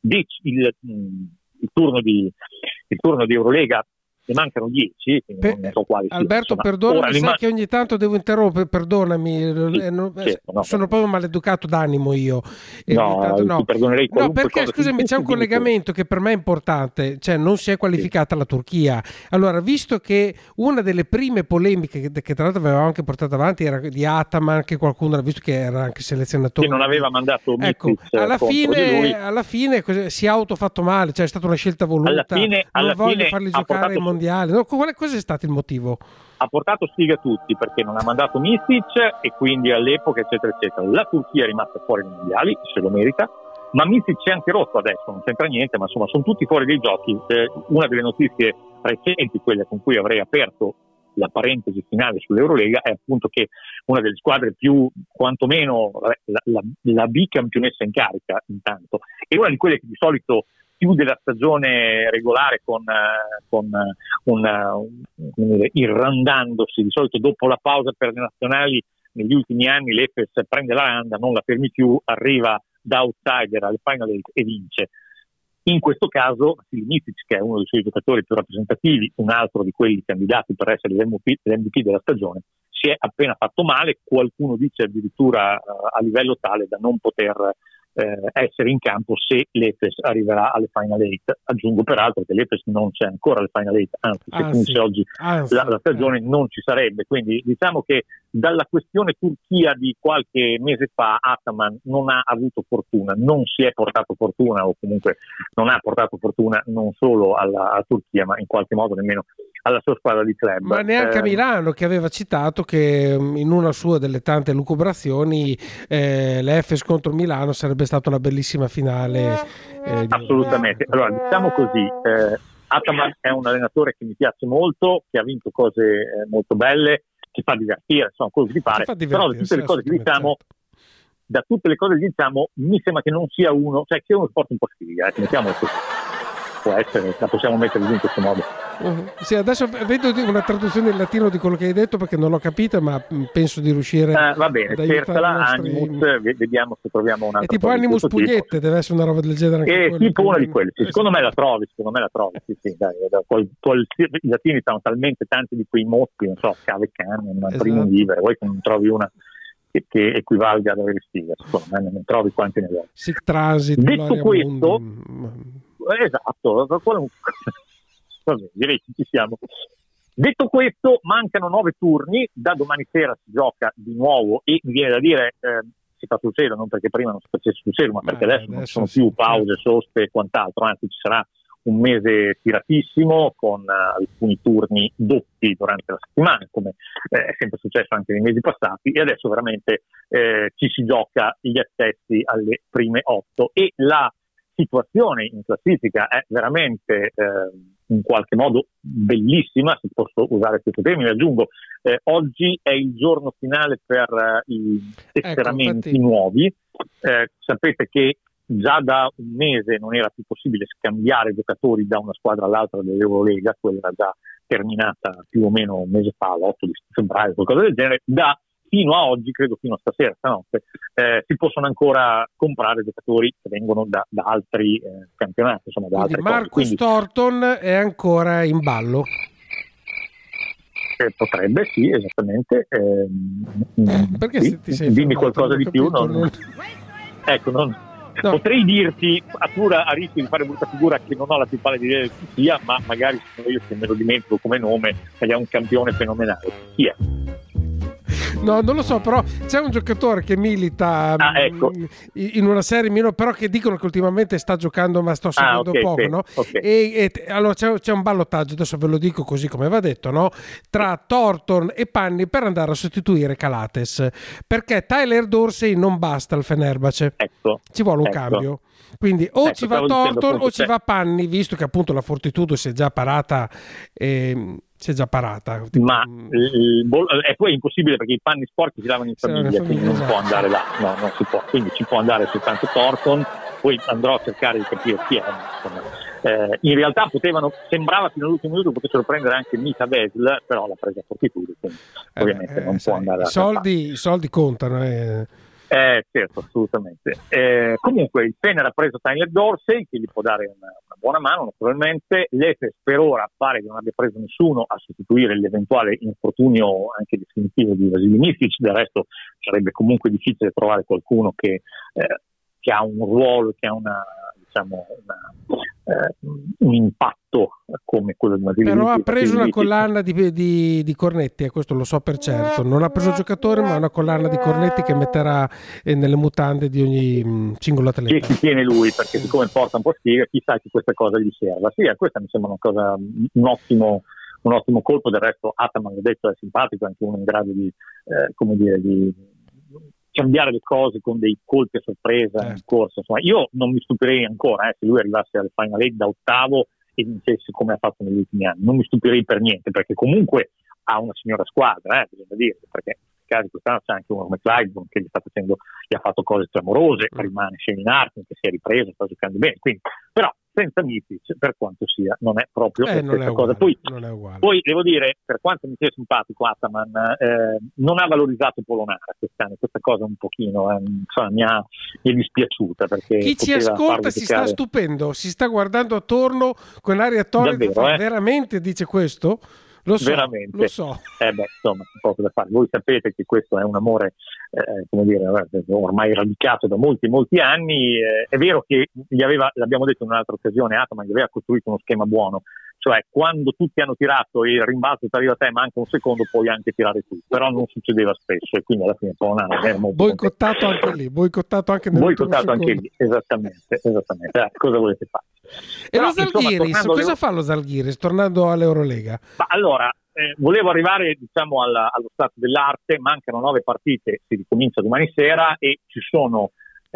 turno di Eurolega, ne mancano 10, non so quali. Alberto, perdonami, sai che ogni tanto devo interrompere, perdonami, sono proprio maleducato d'animo io. Ti perdonerei no, perché scusami, c'è un collegamento che per me è importante, cioè non si è qualificata la Turchia. Allora, visto che una delle prime polemiche che tra l'altro avevamo anche portato avanti era di Ataman, che qualcuno, visto che era anche selezionatore, che non aveva mandato alla fine si è autofatto male, cioè è stata una scelta voluta, non voglio farli giocare in mondiale. No, cosa è stato il motivo? Ha portato sfiga a tutti perché non ha mandato Misic e quindi all'epoca eccetera eccetera. La Turchia è rimasta fuori dai mondiali, se lo merita, ma Misic è anche rotto adesso, non c'entra niente, ma insomma sono tutti fuori dai giochi. Una delle notizie recenti, quelle con cui avrei aperto la parentesi finale sull'Eurolega, è appunto che una delle squadre più, quantomeno la bicampionessa in carica intanto, è una di quelle che di solito chiude la stagione regolare irrandandosi. Di solito dopo la pausa per le nazionali negli ultimi anni l'Efes prende la randa, non la fermi più, arriva da outsider alle Final Eight e vince. In questo caso Vasilij Micic, che è uno dei suoi giocatori più rappresentativi, un altro di quelli candidati per essere l'MVP della stagione, si è appena fatto male, qualcuno dice addirittura a livello tale da non poter essere in campo se l'Efes arriverà alle Final Eight. Aggiungo peraltro che l'Efes non c'è ancora alle Final Eight, anzi se finisse oggi la stagione non ci sarebbe, quindi diciamo che dalla questione Turchia di qualche mese fa Ataman non ha avuto fortuna, non si è portato fortuna, o comunque non ha portato fortuna non solo alla Turchia ma in qualche modo nemmeno alla sua squadra di club. Ma neanche a Milano, che aveva citato che in una sua delle tante lucubrazioni l'Efes contro Milano sarebbe stata una bellissima finale. Assolutamente. Allora diciamo così, Ataman è un allenatore che mi piace molto, che ha vinto cose molto belle, ti fa divertire, insomma, quello che ti pare, però da tutte le cose che diciamo, da tutte le cose che diciamo, mi sembra che non sia uno, cioè che sia uno sport un po' sfiga, mettiamolo così. Può essere, la possiamo mettere in questo modo. Sì, adesso vedo una traduzione in latino di quello che hai detto perché non l'ho capita, ma penso di riuscire va bene, cercala, nostri... Animus, vediamo se troviamo una. È tipo Animus Pugliette, deve essere una roba del genere anche è tipo una di quelle, sì, secondo me la trovi, sì, dai, i latini stanno talmente tanti di quei motti, non so, cave cane, primo vivere, vuoi che non trovi una che equivalga ad avere sfiga, secondo me ne trovi quanti ne vuoi. Sic transit, detto questo, esatto, vabbè, direi che ci siamo. Detto questo, mancano 9 turni, da domani sera si gioca di nuovo e mi viene da dire si fa sul serio, non perché prima non si facesse sul serio, ma perché adesso non sono più pause, soste e quant'altro, anzi ci sarà un mese tiratissimo con alcuni turni doppi durante la settimana, come è sempre successo anche nei mesi passati, e adesso veramente ci si gioca gli accessi alle prime 8 e la situazione in classifica è veramente in qualche modo bellissima, se posso usare questo termine. Aggiungo, oggi è il giorno finale per i tesseramenti nuovi. Sapete che già da un mese non era più possibile scambiare giocatori da una squadra all'altra dell'Eurolega, quella era già terminata più o meno un mese fa, l'8 di febbraio, qualcosa del genere. Fino a oggi, credo fino a stasera, stanotte, si possono ancora comprare giocatori che vengono da altri campionati, insomma, da altre cose. Marcus Thornton è ancora in ballo? Potrebbe, sì, esattamente. Perché sì, ti sei dimmi fermato, qualcosa di più. Ecco, no. Potrei dirti, a rischio di fare brutta figura, che non ho la più pallida idea di chi sia, ma magari sono io che me lo dimentico come nome, ed è un campione fenomenale. Chi è? No, non lo so, però c'è un giocatore che milita in una serie minore, però che dicono che ultimamente sta giocando, ma sto seguendo poco, no? E allora c'è un ballottaggio, adesso ve lo dico così come va detto, no? Tra Thornton e Panni per andare a sostituire Calates, perché Tyler Dorsey non basta al Fenerbahce, ci vuole un cambio. Quindi o ci va Thornton o ci va Panni, visto che appunto la Fortitudo si è già parata. Ma e poi è impossibile perché i panni sporchi si lavano in famiglia, quindi non può andare là, no, non si può, quindi ci può andare soltanto Thornton. Poi andrò a cercare di capire chi è. In realtà sembrava fino all'ultimo minuto potessero prendere anche Mika Vesl, però l'ha presa Fortitudo, quindi ovviamente non può andare. I soldi contano. Certo, assolutamente. Comunque il Fener ha preso Tyler Dorsey, che gli può dare una buona mano naturalmente. L'Efes per ora pare che non abbia preso nessuno a sostituire l'eventuale infortunio anche definitivo di Vasilij Micic. Del resto sarebbe comunque difficile trovare qualcuno che ha un ruolo, che ha un impatto come quello di Vasilij Micic. Però ha preso una collana di cornetti, questo lo so per certo. Non ha preso giocatore, ma una collana di cornetti che metterà nelle mutande di ogni singolo atleta. Che si tiene lui, perché siccome porta un po' sfiga, chissà che questa cosa gli serva. Sì, questa mi sembra un ottimo colpo. Del resto Ataman, l'ho detto, è simpatico, è anche uno in grado di cambiare le cose con dei colpi a sorpresa in corsa. Insomma, io non mi stupirei ancora se lui arrivasse al Final 8 da ottavo e vincesse come ha fatto negli ultimi anni. Non mi stupirei per niente, perché comunque ha una signora squadra, bisogna dire, perché quest'anno c'è anche uno come Clyburn che gli ha fatto cose clamorose, rimane Shane Harkin che si è ripreso, sta giocando bene, quindi, però senza Micic, per quanto sia, non è proprio la stessa cosa. Poi devo dire, per quanto mi sia simpatico Ataman, non ha valorizzato Polonara quest'anno, questa cosa un pochino mi è dispiaciuta, perché chi ci ascolta si sta stupendo, si sta guardando attorno con l'aria attonita, veramente dice questo? Lo so, veramente. Lo so. Insomma, poco da fare. Voi sapete che questo è un amore, ormai radicato da molti anni. È vero che l'abbiamo detto in un'altra occasione, Ataman gli aveva costruito uno schema buono, cioè quando tutti hanno tirato e il rimbalzo ti arriva a te, manca un secondo, puoi anche tirare tu, però non succedeva spesso e quindi alla fine era molto boicottato anche lì, boicottato anche lì, esattamente. Cosa volete fare? E lo Zalgiris, cosa fa lo Zalgiris tornando all'Eurolega? Ma allora, volevo arrivare allo stato dell'arte. Mancano 9 partite, si ricomincia domani sera e ci sono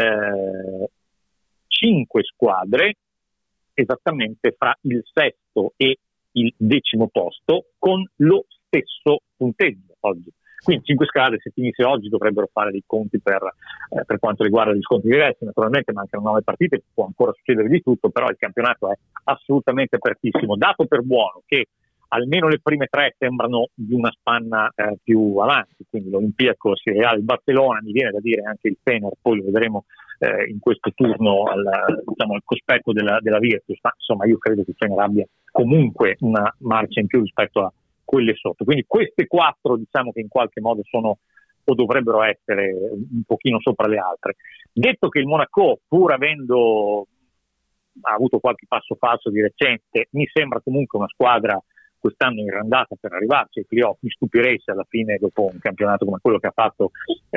5 squadre esattamente fra il 6° e il 10° posto con lo stesso punteggio. oggi. Quindi 5 squadre, se finisse oggi, dovrebbero fare dei conti per quanto riguarda gli scontri diretti. Naturalmente mancano 9 partite, può ancora succedere di tutto, però il campionato è assolutamente apertissimo. Dato per buono che almeno le prime 3 sembrano di una spanna più avanti, quindi l'Olympiacos, il Real, il Barcellona, mi viene da dire anche il Fener, poi lo vedremo in questo turno al cospetto della Virtus, ma insomma io credo che il Fener abbia comunque una marcia in più rispetto a quelle sotto. Quindi queste 4 diciamo che in qualche modo sono o dovrebbero essere un pochino sopra le altre. Detto che il Monaco, pur avendo avuto qualche passo falso di recente, mi sembra comunque una squadra quest'anno in randata per arrivarci ai playoff. Mi stupirei se alla fine, dopo un campionato come quello che ha fatto,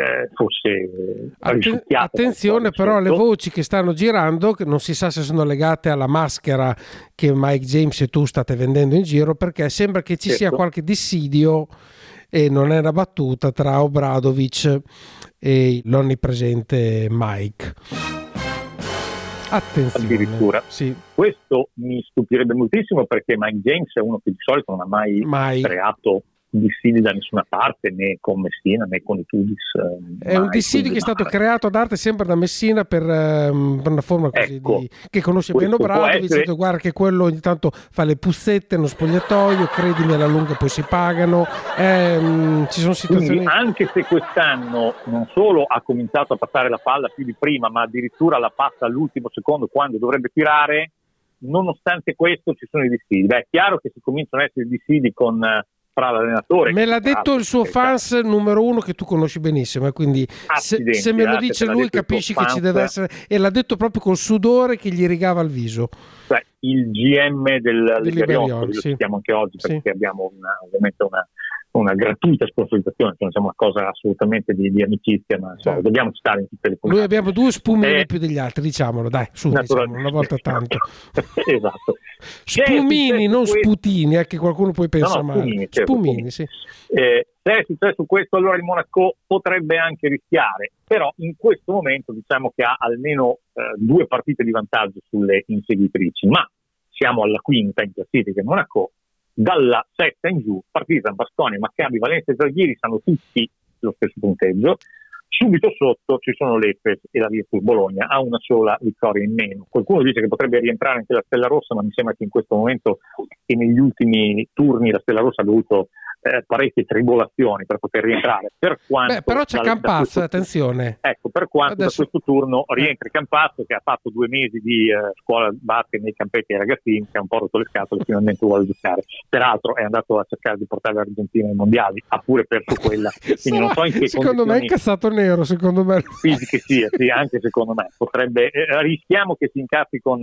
fosse risucchiato. Attenzione però alle voci che stanno girando, che non si sa se sono legate alla maschera che Mike James e tu state vendendo in giro, perché sembra che ci sia qualche dissidio, e non è una battuta, tra Obradovic e l'onnipresente Mike. Attenzione. Addirittura. Sì. Questo mi stupirebbe moltissimo, perché Mike James è uno che di solito non ha mai creato dissidi da nessuna parte, né con Messina né con i Tudis. È un dissidio che è stato creato ad arte sempre da Messina per una forma così che conosce bene Obradovic, guarda che quello ogni tanto fa le puzzette nello spogliatoio, credimi alla lunga poi si pagano, ci sono situazioni. Quindi anche se quest'anno non solo ha cominciato a passare la palla più di prima, ma addirittura la passa all'ultimo secondo quando dovrebbe tirare, nonostante questo ci sono i dissidi. È chiaro che si cominciano ad essere i dissidi con fra l'allenatore. Me l'ha detto il suo fans numero 1 che tu conosci benissimo, e quindi se me lo dice lui capisci che ci deve essere, e l'ha detto proprio col sudore che gli rigava il viso. Cioè, il GM del Liberion, lo citiamo anche oggi, perché abbiamo ovviamente una gratuita sponsorizzazione, cioè non siamo una cosa assolutamente di amicizia, ma dobbiamo stare in tutte le puntate. Noi abbiamo 2 spumini più degli altri, diciamolo, dai, su, diciamolo, una volta tanto. Esatto. Spumini, non sputini, che qualcuno poi pensa male. Spumini, sì. Se è successo questo, allora il Monaco potrebbe anche rischiare, però in questo momento diciamo che ha almeno 2 partite di vantaggio sulle inseguitrici, ma siamo alla quinta in classifica. Il Monaco dalla 7 in giù, Partizan, Baskonia, Maccabi, Valencia e Zalgiris hanno tutti lo stesso punteggio. Subito sotto ci sono l'Efes e la Virtus Bologna, ha una sola vittoria in meno. Qualcuno dice che potrebbe rientrare anche la Stella Rossa, ma mi sembra che in questo momento e negli ultimi turni la Stella Rossa ha dovuto parecchie tribolazioni per poter rientrare. Per quanto però c'è Campazzo, attenzione. Ecco, per quanto da questo turno rientri Campazzo, che ha fatto 2 mesi di scuola basket nei campetti ai ragazzini, che ha un po' rotto le scatole e finalmente vuole giocare. Peraltro è andato a cercare di portare l'Argentina ai mondiali, ha pure perso quella. Quindi non so in che secondo me è incazzato nero, secondo me. Fisiche sì, anche secondo me. Potrebbe, rischiamo che si incazzi con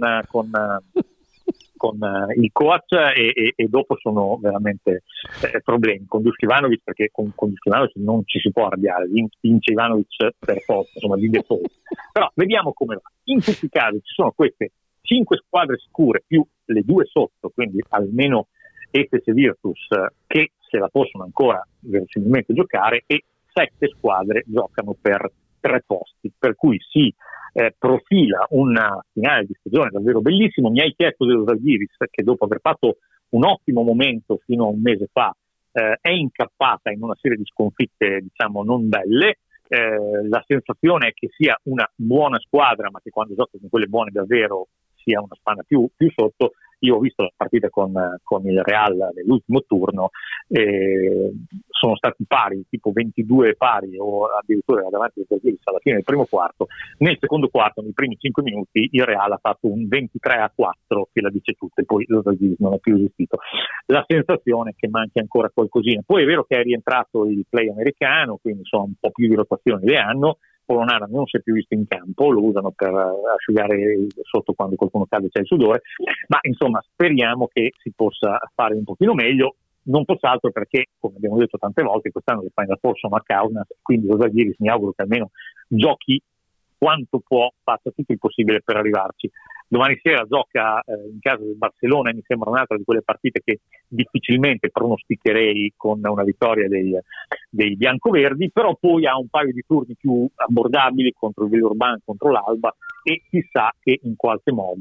il coach e dopo sono veramente problemi con Duškivanović, perché con Duškivanović non ci si può arrabbiare, vince Ivanović per forza, insomma, di default. Però vediamo come va. In tutti i casi ci sono queste 5 squadre sicure più le 2 sotto, quindi almeno Efes e Virtus, che se la possono ancora verosimilmente giocare, e 7 squadre giocano per 3 posti, per cui si profila una finale di stagione davvero bellissimo. Mi hai chiesto dello Zalgiris, che dopo aver fatto un ottimo momento fino a un mese fa è incappata in una serie di sconfitte diciamo non belle. La sensazione è che sia una buona squadra, ma che quando gioca con quelle buone davvero sia una spanna più sotto. Io ho visto la partita con il Real nell'ultimo turno, sono stati pari, tipo 22 pari, o addirittura davanti ai Zalgiris alla fine del primo quarto. Nel secondo quarto, nei primi 5 minuti, il Real ha fatto un 23-4 che la dice tutta, e poi lo Zalgiris non è più esistito. La sensazione è che manchi ancora qualcosina. Poi è vero che è rientrato il play americano, quindi insomma un po' più di rotazioni le hanno. Polonara non si è più visto in campo, lo usano per asciugare sotto quando qualcuno cade, c'è il sudore, ma insomma speriamo che si possa fare un pochino meglio, non fosse altro perché, come abbiamo detto tante volte, quest'anno le Final Four sono a Kaunas, quindi lo Zalgiris mi auguro che almeno giochi quanto può, faccia tutto il possibile per arrivarci. Domani sera gioca in casa del Barcellona, e mi sembra un'altra di quelle partite che difficilmente pronosticherei con una vittoria dei biancoverdi, però poi ha un paio di turni più abbordabili contro il Villeurbanne, contro l'Alba, e chissà che in qualche modo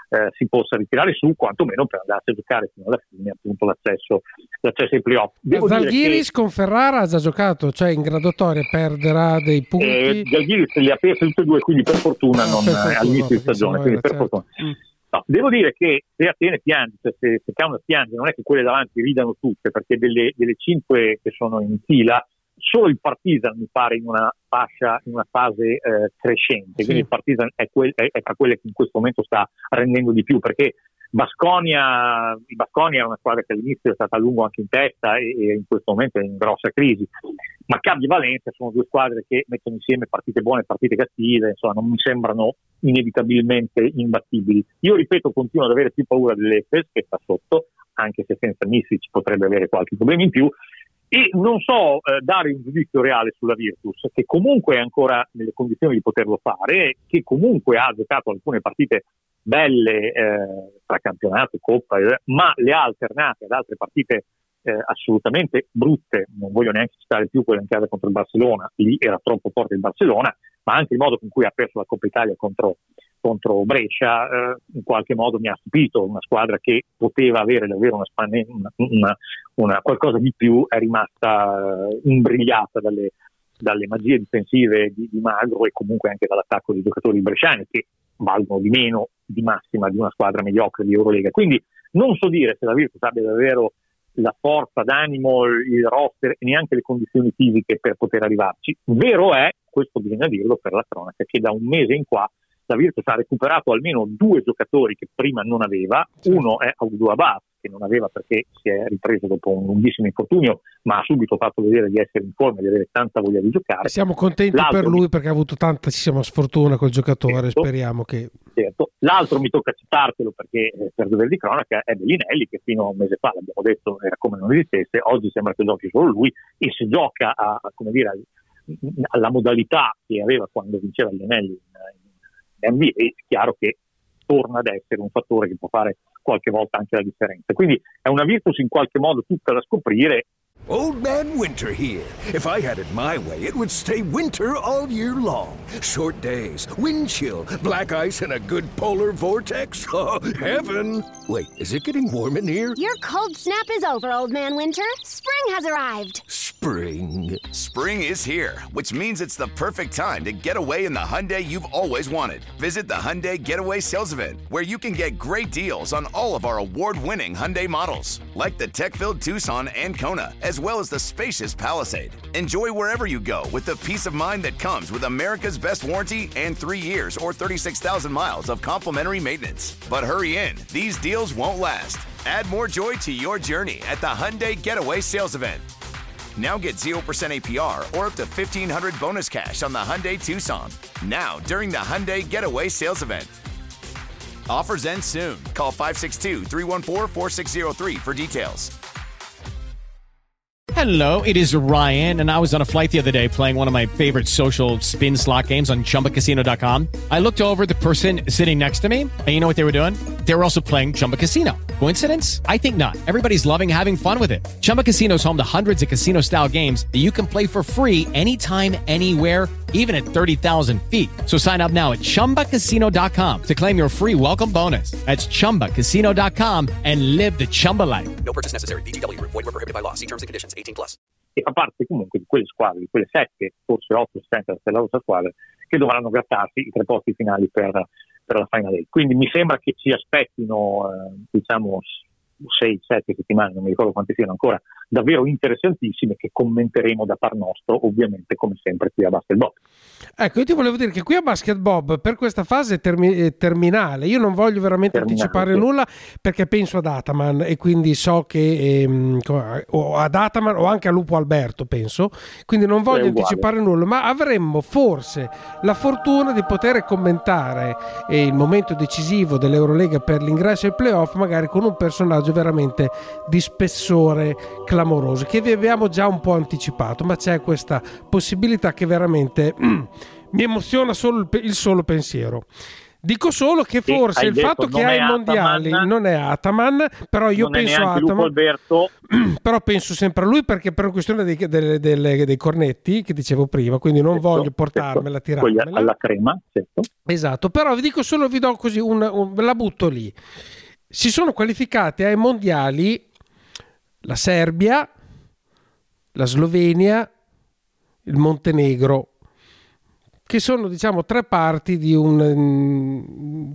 si possa ritirare su, quantomeno per andarsi a giocare fino alla fine appunto l'accesso ai playoff. Zalgiris con Ferrara ha già giocato, cioè in graduatoria perderà dei punti. Zalgiris li ha persi tutti e due, quindi per fortuna non all'inizio di stagione, quindi per fortuna. No, devo dire che se Atene piange, cioè se Kaunas piange, non è che quelle davanti ridano tutte, perché delle 5 che sono in fila solo il Partizan mi pare in una fase crescente, quindi il Partizan è tra quelle che in questo momento sta rendendo di più, perché il Baskonia era una squadra che all'inizio è stata a lungo anche in testa e in questo momento è in grossa crisi. Maccabi e Valencia sono due squadre che mettono insieme partite buone e partite cattive, insomma non mi sembrano inevitabilmente imbattibili. Io ripeto, continuo ad avere più paura dell'Efes, che sta sotto, anche se senza Misic potrebbe avere qualche problema in più, e non so dare un giudizio reale sulla Virtus, che comunque è ancora nelle condizioni di poterlo fare, che comunque ha giocato alcune partite belle tra campionato e Coppa, ma le ha alternate ad altre partite assolutamente brutte. Non voglio neanche citare più quella in casa contro il Barcellona, lì era troppo forte il Barcellona, ma anche il modo con cui ha perso la Coppa Italia contro Brescia in qualche modo mi ha stupito. Una squadra che poteva avere davvero una qualcosa di più è rimasta imbrigliata dalle magie difensive di Magro e comunque anche dall'attacco dei giocatori bresciani, che valgono di meno di massima di una squadra mediocre di Eurolega. Quindi non so dire se la Virtus abbia davvero la forza d'animo, il roster e neanche le condizioni fisiche per poter arrivarci. Vero è, questo bisogna dirlo per la cronaca, che da un mese in qua la Virtus ha recuperato almeno 2 giocatori che prima non aveva. Uno è Abdou Abbas, che non aveva perché si è ripreso dopo un lunghissimo infortunio, ma ha subito fatto vedere di essere in forma e di avere tanta voglia di giocare. Siamo contenti per lui perché ha avuto tantissima sfortuna col giocatore, speriamo che... Certo. L'altro mi tocca citartelo perché per dovere di cronaca è Bellinelli, che fino a un mese fa, l'abbiamo detto, era come non esistesse, oggi sembra che giochi solo lui e se gioca alla modalità che aveva quando vinceva gli anelli in NBA, è chiaro che torna ad essere un fattore che può fare qualche volta anche la differenza. Quindi è una Virtus in qualche modo tutta da scoprire. Old Man Winter here. If I had it my way, it would stay winter all year long. Short days, wind chill, black ice, and a good polar vortex. Oh, heaven! Wait, is it getting warm in here? Your cold snap is over, Old Man Winter. Spring has arrived. Spring. Spring is here, which means it's the perfect time to get away in the Hyundai you've always wanted. Visit the Hyundai Getaway Sales Event, where you can get great deals on all of our award-winning Hyundai models, like the tech-filled Tucson and Kona, as well as the spacious Palisade. Enjoy wherever you go with the peace of mind that comes with America's best warranty and 3 years or 36,000 miles of complimentary maintenance. But hurry in, these deals won't last. Add more joy to your journey at the Hyundai Getaway Sales Event. Now get 0% APR or up to $1,500 bonus cash on the Hyundai Tucson. Now, during the Hyundai Getaway Sales Event. Offers end soon. Call 562-314-4603 for details. Hello, it is Ryan, and I was on a flight the other day playing one of my favorite social spin slot games on ChumbaCasino.com. I looked over at the person sitting next to me, and you know what they were doing? They were also playing Chumba Casino. Coincidence? I think not. Everybody's loving having fun with it. Chumba Casino is home to hundreds of casino-style games that you can play for free anytime, anywhere, even at 30,000 feet. So sign up now at ChumbaCasino.com to claim your free welcome bonus. That's ChumbaCasino.com and live the Chumba life. No purchase necessary. VGW. Void where prohibited by law. See terms and conditions. 18+. E fa parte comunque di quelle squadre, di quelle 7, forse 8 della rossa squadra, che dovranno grattarsi i 3 posti finali per la Final Eight. Quindi mi sembra che ci aspettino 6-7 settimane, non mi ricordo quante siano ancora, davvero interessantissime, che commenteremo da par nostro, ovviamente come sempre qui a Basket Bob. Ecco, io ti volevo dire che qui a Basket Bob, per questa fase terminale, io non voglio veramente anticipare nulla, perché penso ad Ataman e quindi so che ad Ataman o anche a Lupo Alberto penso, quindi non voglio anticipare nulla, ma avremmo forse la fortuna di poter commentare il momento decisivo dell'Eurolega per l'ingresso ai playoff, magari con un personaggio veramente di spessore clamoroso, che vi abbiamo già un po' anticipato, ma c'è questa possibilità che veramente mi emoziona solo il solo pensiero. Dico solo che forse il fatto che hai i mondiali non è Ataman, però io penso a Ataman, però penso sempre a lui, perché per questione dei cornetti che dicevo prima, quindi non voglio portarmela, tirarmela alla crema, certo. Esatto, però vi dico solo, vi do così la butto lì. Si sono qualificate ai mondiali la Serbia, la Slovenia, il Montenegro, che sono, diciamo, tre parti di un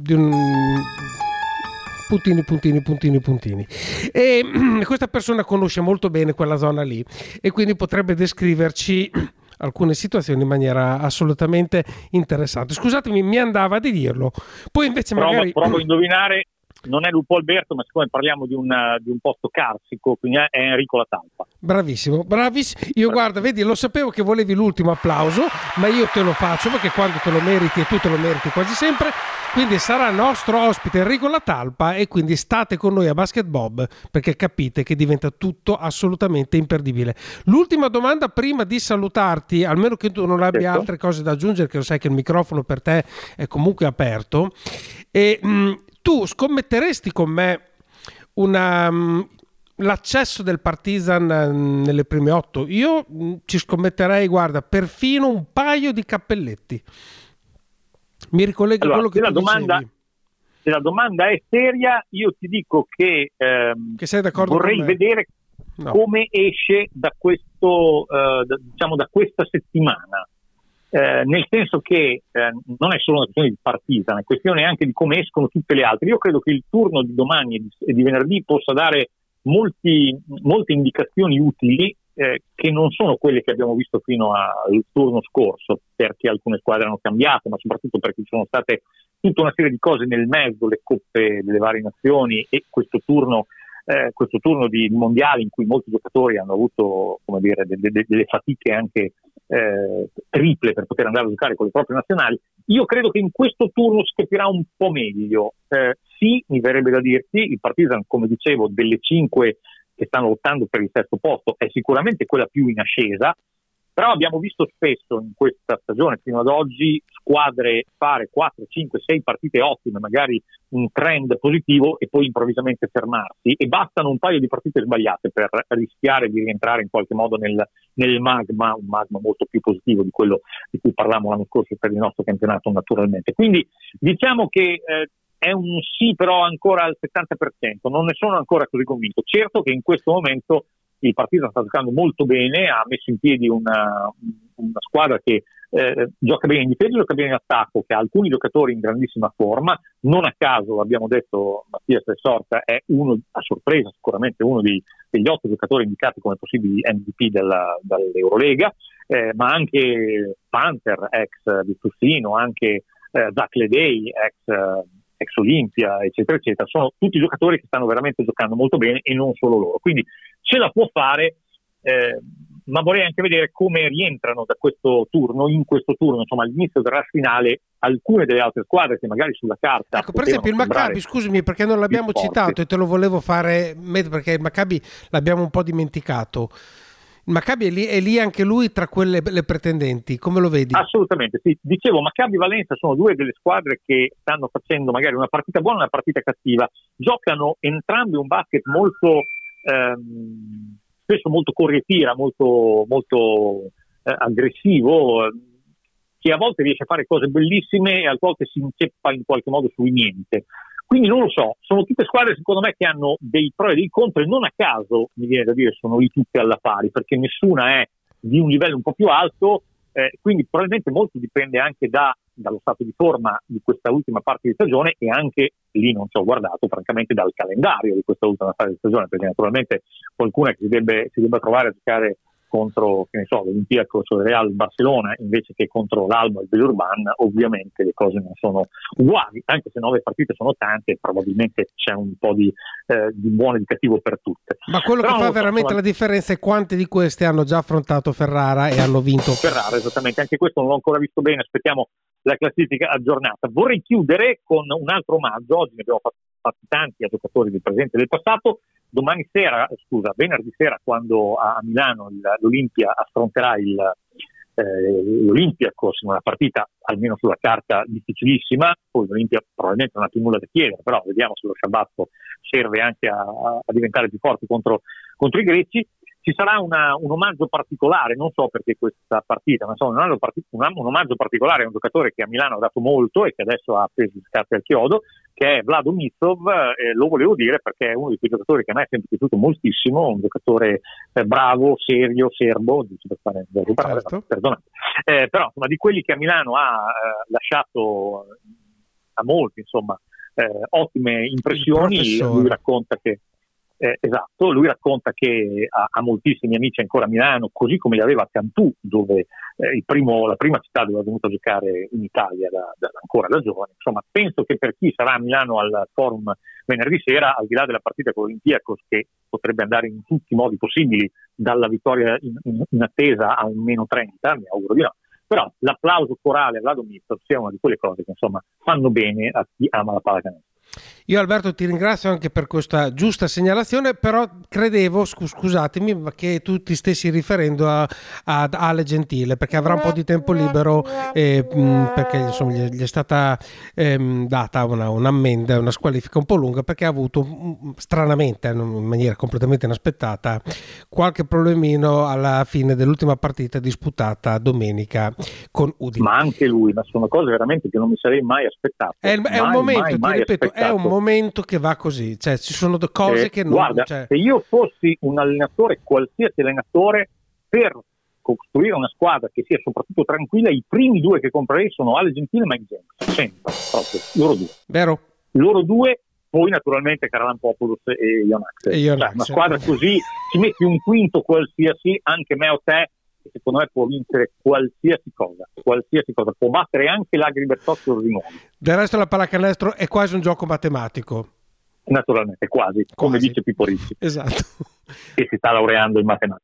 puntini. E questa persona conosce molto bene quella zona lì e quindi potrebbe descriverci alcune situazioni in maniera assolutamente interessante. Scusatemi, mi andava di dirlo. Poi invece magari provo a indovinare. Non è Lupo Alberto, ma siccome parliamo di un posto carsico, quindi è Enrico La Talpa. Bravissimo. Io guarda, vedi, lo sapevo che volevi l'ultimo applauso, ma io te lo faccio perché quando te lo meriti, e tu te lo meriti quasi sempre, quindi sarà nostro ospite Enrico La Talpa, e quindi state con noi a Basket Bob perché capite che diventa tutto assolutamente imperdibile. L'ultima domanda prima di salutarti, almeno che tu non abbia altre cose da aggiungere, che lo sai che il microfono per te è comunque aperto, e tu scommetteresti con me l'accesso del Partizan nelle prime 8? Io ci scommetterei, guarda, perfino un paio di cappelletti. Mi ricollego a quello che tu dicevi. Se la domanda è seria, io ti dico che sei d'accordo vorrei con me? vedere come esce da questo, da questa settimana. Nel senso che non è solo una questione di Partizan, è questione anche di come escono tutte le altre. Io credo che il turno di domani e di venerdì possa dare molte indicazioni utili che non sono quelle che abbiamo visto fino al turno scorso, perché alcune squadre hanno cambiato, ma soprattutto perché ci sono state tutta una serie di cose nel mezzo, le coppe delle varie nazioni e questo turno di mondiali in cui molti giocatori hanno avuto, come dire, delle fatiche anche triple per poter andare a giocare con le proprie nazionali. Io credo che in questo turno si capirà un po' meglio. Sì, mi verrebbe da dirti, il Partizan, come dicevo, delle 5 che stanno lottando per il terzo posto è sicuramente quella più in ascesa, però abbiamo visto spesso in questa stagione fino ad oggi squadre fare 4, 5, 6 partite ottime, magari un trend positivo, e poi improvvisamente fermarsi, e bastano un paio di partite sbagliate per rischiare di rientrare in qualche modo nel magma, un magma molto più positivo di quello di cui parlavamo l'anno scorso per il nostro campionato, naturalmente. Quindi diciamo che è un sì, però ancora al 70%, non ne sono ancora così convinto. Certo che in questo momento il Partizan sta giocando molto bene, ha messo in piedi una squadra che gioca bene in difesa, gioca bene in attacco, che ha alcuni giocatori in grandissima forma. Non a caso, abbiamo detto, Mattias Resorta è a sorpresa sicuramente uno degli 8 giocatori indicati come possibili MVP dall'Eurolega, ma anche Panther, ex Virtusino, anche Zach Ledey, ex Olimpia, eccetera, eccetera. Sono tutti giocatori che stanno veramente giocando molto bene, e non solo loro. Quindi ce la può fare, ma vorrei anche vedere come rientrano da questo turno, insomma all'inizio del rush finale, alcune delle altre squadre che magari sulla carta, ecco, per esempio il Maccabi, scusami perché non l'abbiamo citato e te lo volevo fare, perché il Maccabi l'abbiamo un po' dimenticato. Il Maccabi è lì anche lui tra le pretendenti, come lo vedi? Assolutamente, sì. Dicevo, Maccabi e Valenza sono due delle squadre che stanno facendo magari una partita buona e una partita cattiva. Giocano entrambi un basket molto spesso molto corretira, molto aggressivo, che a volte riesce a fare cose bellissime e a volte si inceppa in qualche modo sui niente. Quindi non lo so, sono tutte squadre secondo me che hanno dei pro e dei contro, e non a caso, mi viene da dire, sono lì tutte alla pari, perché nessuna è di un livello un po' più alto, quindi probabilmente molto dipende anche dallo stato di forma di questa ultima parte di stagione, e anche lì non ci ho guardato francamente dal calendario di questa ultima fase di stagione, perché naturalmente qualcuno che si debba trovare a giocare contro, che ne so, l'Olympiacos o il Real Barcellona invece che contro l'Alba e il Villeurbanne, ovviamente le cose non sono uguali, anche se 9 partite sono tante, probabilmente c'è un po' di buono e di cattivo per tutte. Ma quello che fa veramente la differenza è quante di queste hanno già affrontato Ferrara e hanno vinto. Ferrara, esattamente, anche questo non l'ho ancora visto bene, aspettiamo la classifica aggiornata. Vorrei chiudere con un altro omaggio, oggi ne abbiamo fatti tanti a giocatori del presente e del passato. Venerdì sera, quando a Milano l'Olimpia affronterà l'Olympiakos in una partita almeno sulla carta difficilissima. Poi l'Olimpia probabilmente non ha più nulla da chiedere, però vediamo se lo Shabbat serve anche a diventare più forti contro i greci. Ci sarà un omaggio particolare, non so perché questa partita, ma insomma un omaggio particolare a un giocatore che a Milano ha dato molto e che adesso ha appeso gli scarpe al chiodo, che è Vlado Mitsov. Lo volevo dire perché è uno di quei giocatori che a me è sempre piaciuto moltissimo, un giocatore bravo, serio, serbo, per fare certo. Perdonate, però insomma di quelli che a Milano ha lasciato a molti insomma ottime impressioni. Lui racconta che lui racconta che ha moltissimi amici ancora a Milano, così come li aveva a Cantù, dove la prima città dove è venuto a giocare in Italia ancora da giovane. Insomma, penso che per chi sarà a Milano al forum venerdì sera, al di là della partita con l'Olympiakos, che potrebbe andare in tutti i modi possibili, dalla vittoria in attesa a un meno 30, mi auguro di no, però l'applauso corale a Vlado Mitsov sia una di quelle cose che insomma fanno bene a chi ama la pallacanestro. Io Alberto ti ringrazio anche per questa giusta segnalazione, però credevo, scusatemi, che tu ti stessi riferendo a Ale Gentile, perché avrà un po' di tempo libero perché insomma gli è stata data un'ammenda, una squalifica un po' lunga, perché ha avuto stranamente, in maniera completamente inaspettata, qualche problemino alla fine dell'ultima partita disputata domenica con Udine. Ma anche lui, ma sono cose veramente che non mi sarei mai aspettato. È un momento, ti ripeto, è un momento che va così, cioè ci sono cose che non... Guarda, se io fossi un allenatore, qualsiasi allenatore, per costruire una squadra che sia soprattutto tranquilla, i primi due che comprerei sono Ale Gentile e Mike James, sempre, proprio, loro due. Vero? Loro due, poi naturalmente Charalampopoulos e Ionax. Cioè, una squadra così, ci metti un quinto qualsiasi, anche me o te, e secondo me può vincere qualsiasi cosa, può battere anche l'Agri Bertozzi di nuovo. Del resto la pallacanestro è quasi un gioco matematico. Naturalmente, quasi. Come dice Pippo Ricci. Esatto. Che si sta laureando in matematica.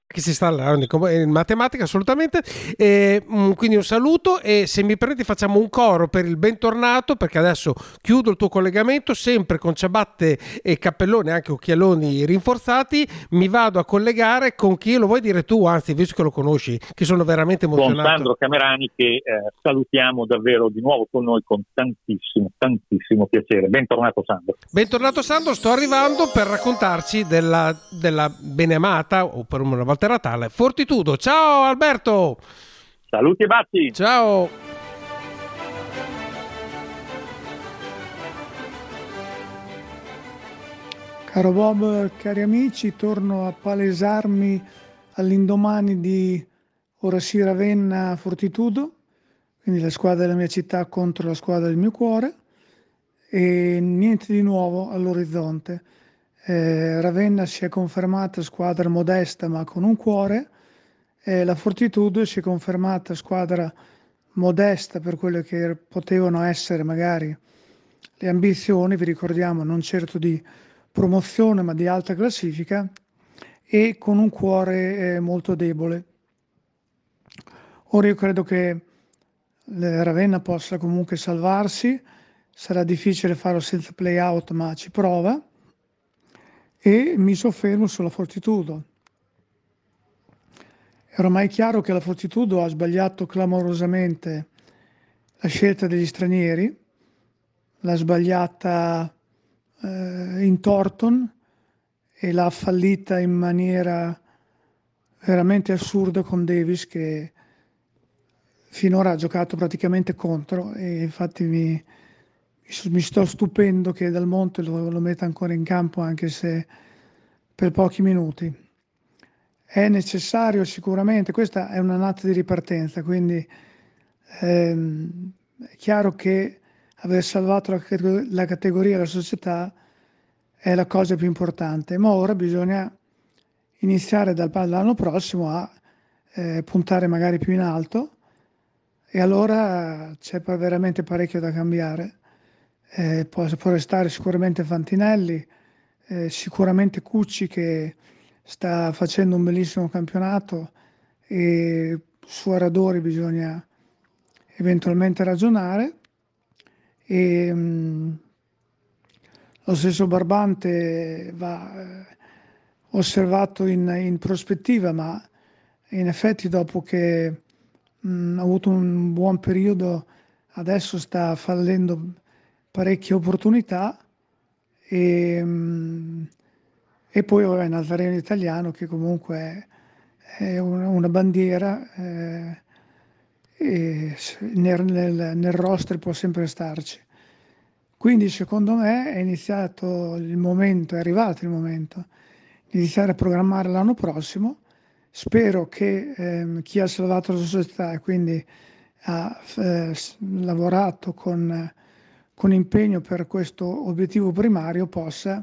Assolutamente. Quindi un saluto, e se mi permetti facciamo un coro per il bentornato, perché adesso chiudo il tuo collegamento sempre con ciabatte e cappellone, anche occhialoni rinforzati. Mi vado a collegare con chi lo vuoi dire tu, anzi visto che lo conosci, che sono veramente emozionato. Con Sandro Camerani, che salutiamo davvero di nuovo con noi con tantissimo piacere. Bentornato Sandro, sto arrivando per raccontarci della beneamata, o per una volta era tale, Fortitudo. Ciao Alberto! Saluti e baci! Ciao! Caro Bob, cari amici, torno a palesarmi all'indomani di Orassi Ravenna Fortitudo, quindi la squadra della mia città contro la squadra del mio cuore, e niente di nuovo all'orizzonte. Ravenna si è confermata squadra modesta ma con un cuore, la Fortitudo si è confermata squadra modesta per quelle che potevano essere magari le ambizioni, vi ricordiamo, non certo di promozione ma di alta classifica, e con un cuore molto debole. Ora io credo che Ravenna possa comunque salvarsi, sarà difficile farlo senza play out ma ci prova, e mi soffermo sulla Fortitudo. È ormai chiaro che la Fortitudo ha sbagliato clamorosamente la scelta degli stranieri, l'ha sbagliata in Thornton e l'ha fallita in maniera veramente assurda con Davis, che finora ha giocato praticamente contro, e infatti mi sto stupendo che Dal Monte lo metta ancora in campo, anche se per pochi minuti. È necessario sicuramente, questa è un'annata di ripartenza, quindi è chiaro che aver salvato la categoria e la società è la cosa più importante, ma ora bisogna iniziare dall'anno prossimo a puntare magari più in alto, e allora c'è veramente parecchio da cambiare. Può restare sicuramente Fantinelli, sicuramente Cucci, che sta facendo un bellissimo campionato, e su Aradori bisogna eventualmente ragionare, e lo stesso Barbante va osservato in prospettiva, ma in effetti dopo che ha avuto un buon periodo, adesso sta fallendo parecchie opportunità, e poi vabbè, Nazareno Italiano, che comunque è una bandiera, e nel roster può sempre starci. Quindi secondo me è arrivato il momento di iniziare a programmare l'anno prossimo. Spero che chi ha salvato la società e quindi ha lavorato con impegno per questo obiettivo primario possa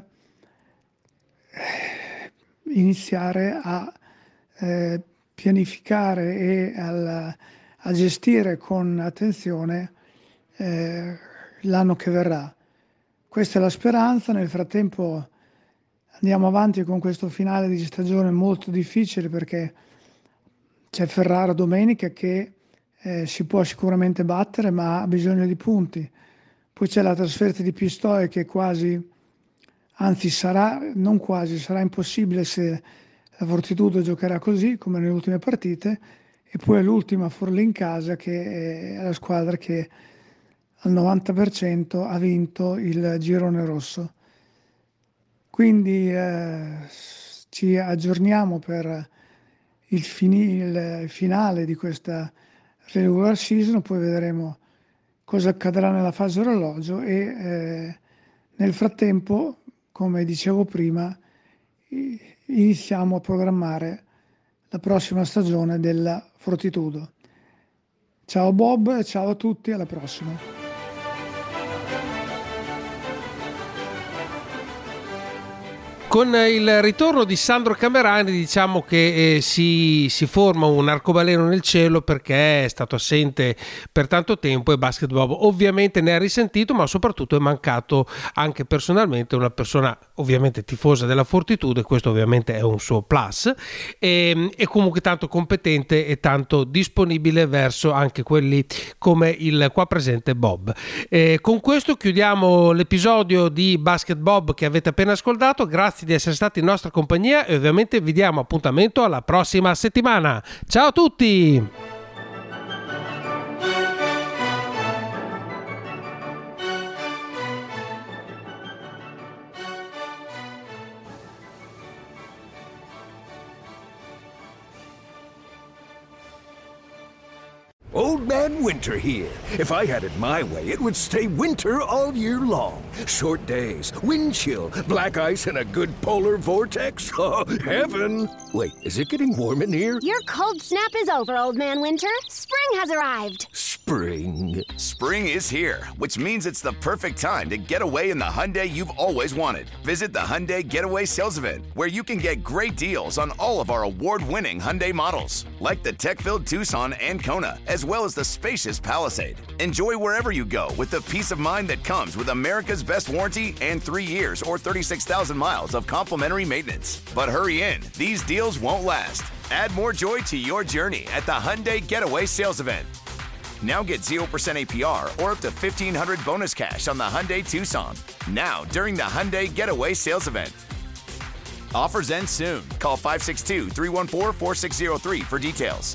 iniziare a pianificare e a gestire con attenzione l'anno che verrà. Questa è la speranza. Nel frattempo andiamo avanti con questo finale di stagione molto difficile, perché c'è Ferrara domenica che si può sicuramente battere, ma ha bisogno di punti. Poi c'è la trasferta di Pistoia che sarà impossibile se la Fortitudo giocherà così come nelle ultime partite, e poi l'ultima Forlì in casa, che è la squadra che al 90% ha vinto il girone rosso. Quindi ci aggiorniamo per il finale di questa regular season, poi vedremo cosa accadrà nella fase orologio, e nel frattempo, come dicevo prima, iniziamo a programmare la prossima stagione della Fortitudo. Ciao Bob, ciao a tutti, alla prossima. Con il ritorno di Sandro Camerani diciamo che si forma un arcobaleno nel cielo, perché è stato assente per tanto tempo e Basket Bob ovviamente ne ha risentito, ma soprattutto è mancato anche personalmente una persona ovviamente tifosa della Fortitudo, e questo ovviamente è un suo plus, e comunque tanto competente e tanto disponibile verso anche quelli come il qua presente Bob. Con questo chiudiamo l'episodio di Basket Bob che avete appena ascoltato. Grazie di essere stati in nostra compagnia e ovviamente vi diamo appuntamento alla prossima settimana. Ciao a tutti! Old Man Winter here. If I had it my way, it would stay winter all year long. Short days, wind chill, black ice, and a good polar vortex. Oh, heaven! Wait, is it getting warm in here? Your cold snap is over, Old Man Winter. Spring has arrived. Spring. Spring is here, which means it's the perfect time to get away in the Hyundai you've always wanted. Visit the Hyundai Getaway Sales Event, where you can get great deals on all of our award-winning Hyundai models, like the tech-filled Tucson and Kona, as well as the spacious Palisade. Enjoy wherever you go with the peace of mind that comes with America's best warranty and 3 years or 36,000 miles of complimentary maintenance. But hurry in, these deals won't last. Add more joy to your journey at the Hyundai Getaway Sales Event. Now get 0% APR or up to $1,500 bonus cash on the Hyundai Tucson. Now, during the Hyundai Getaway Sales Event. Offers end soon. Call 562-314-4603 for details.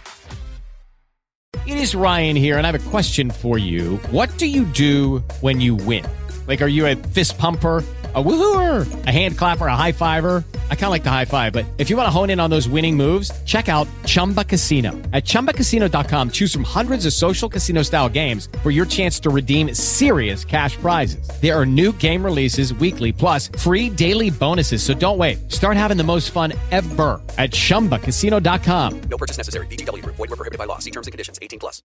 It is Ryan here, and I have a question for you. What do you do when you win? Like, are you a fist pumper, a woo-hooer, a hand clapper, a high fiver? I kind of like the high five, but if you want to hone in on those winning moves, check out Chumba Casino. At ChumbaCasino.com, choose from hundreds of social casino-style games for your chance to redeem serious cash prizes. There are new game releases weekly, plus free daily bonuses, so don't wait. Start having the most fun ever at ChumbaCasino.com. No purchase necessary. VGW Group. Void where prohibited by law. See terms and conditions. 18+.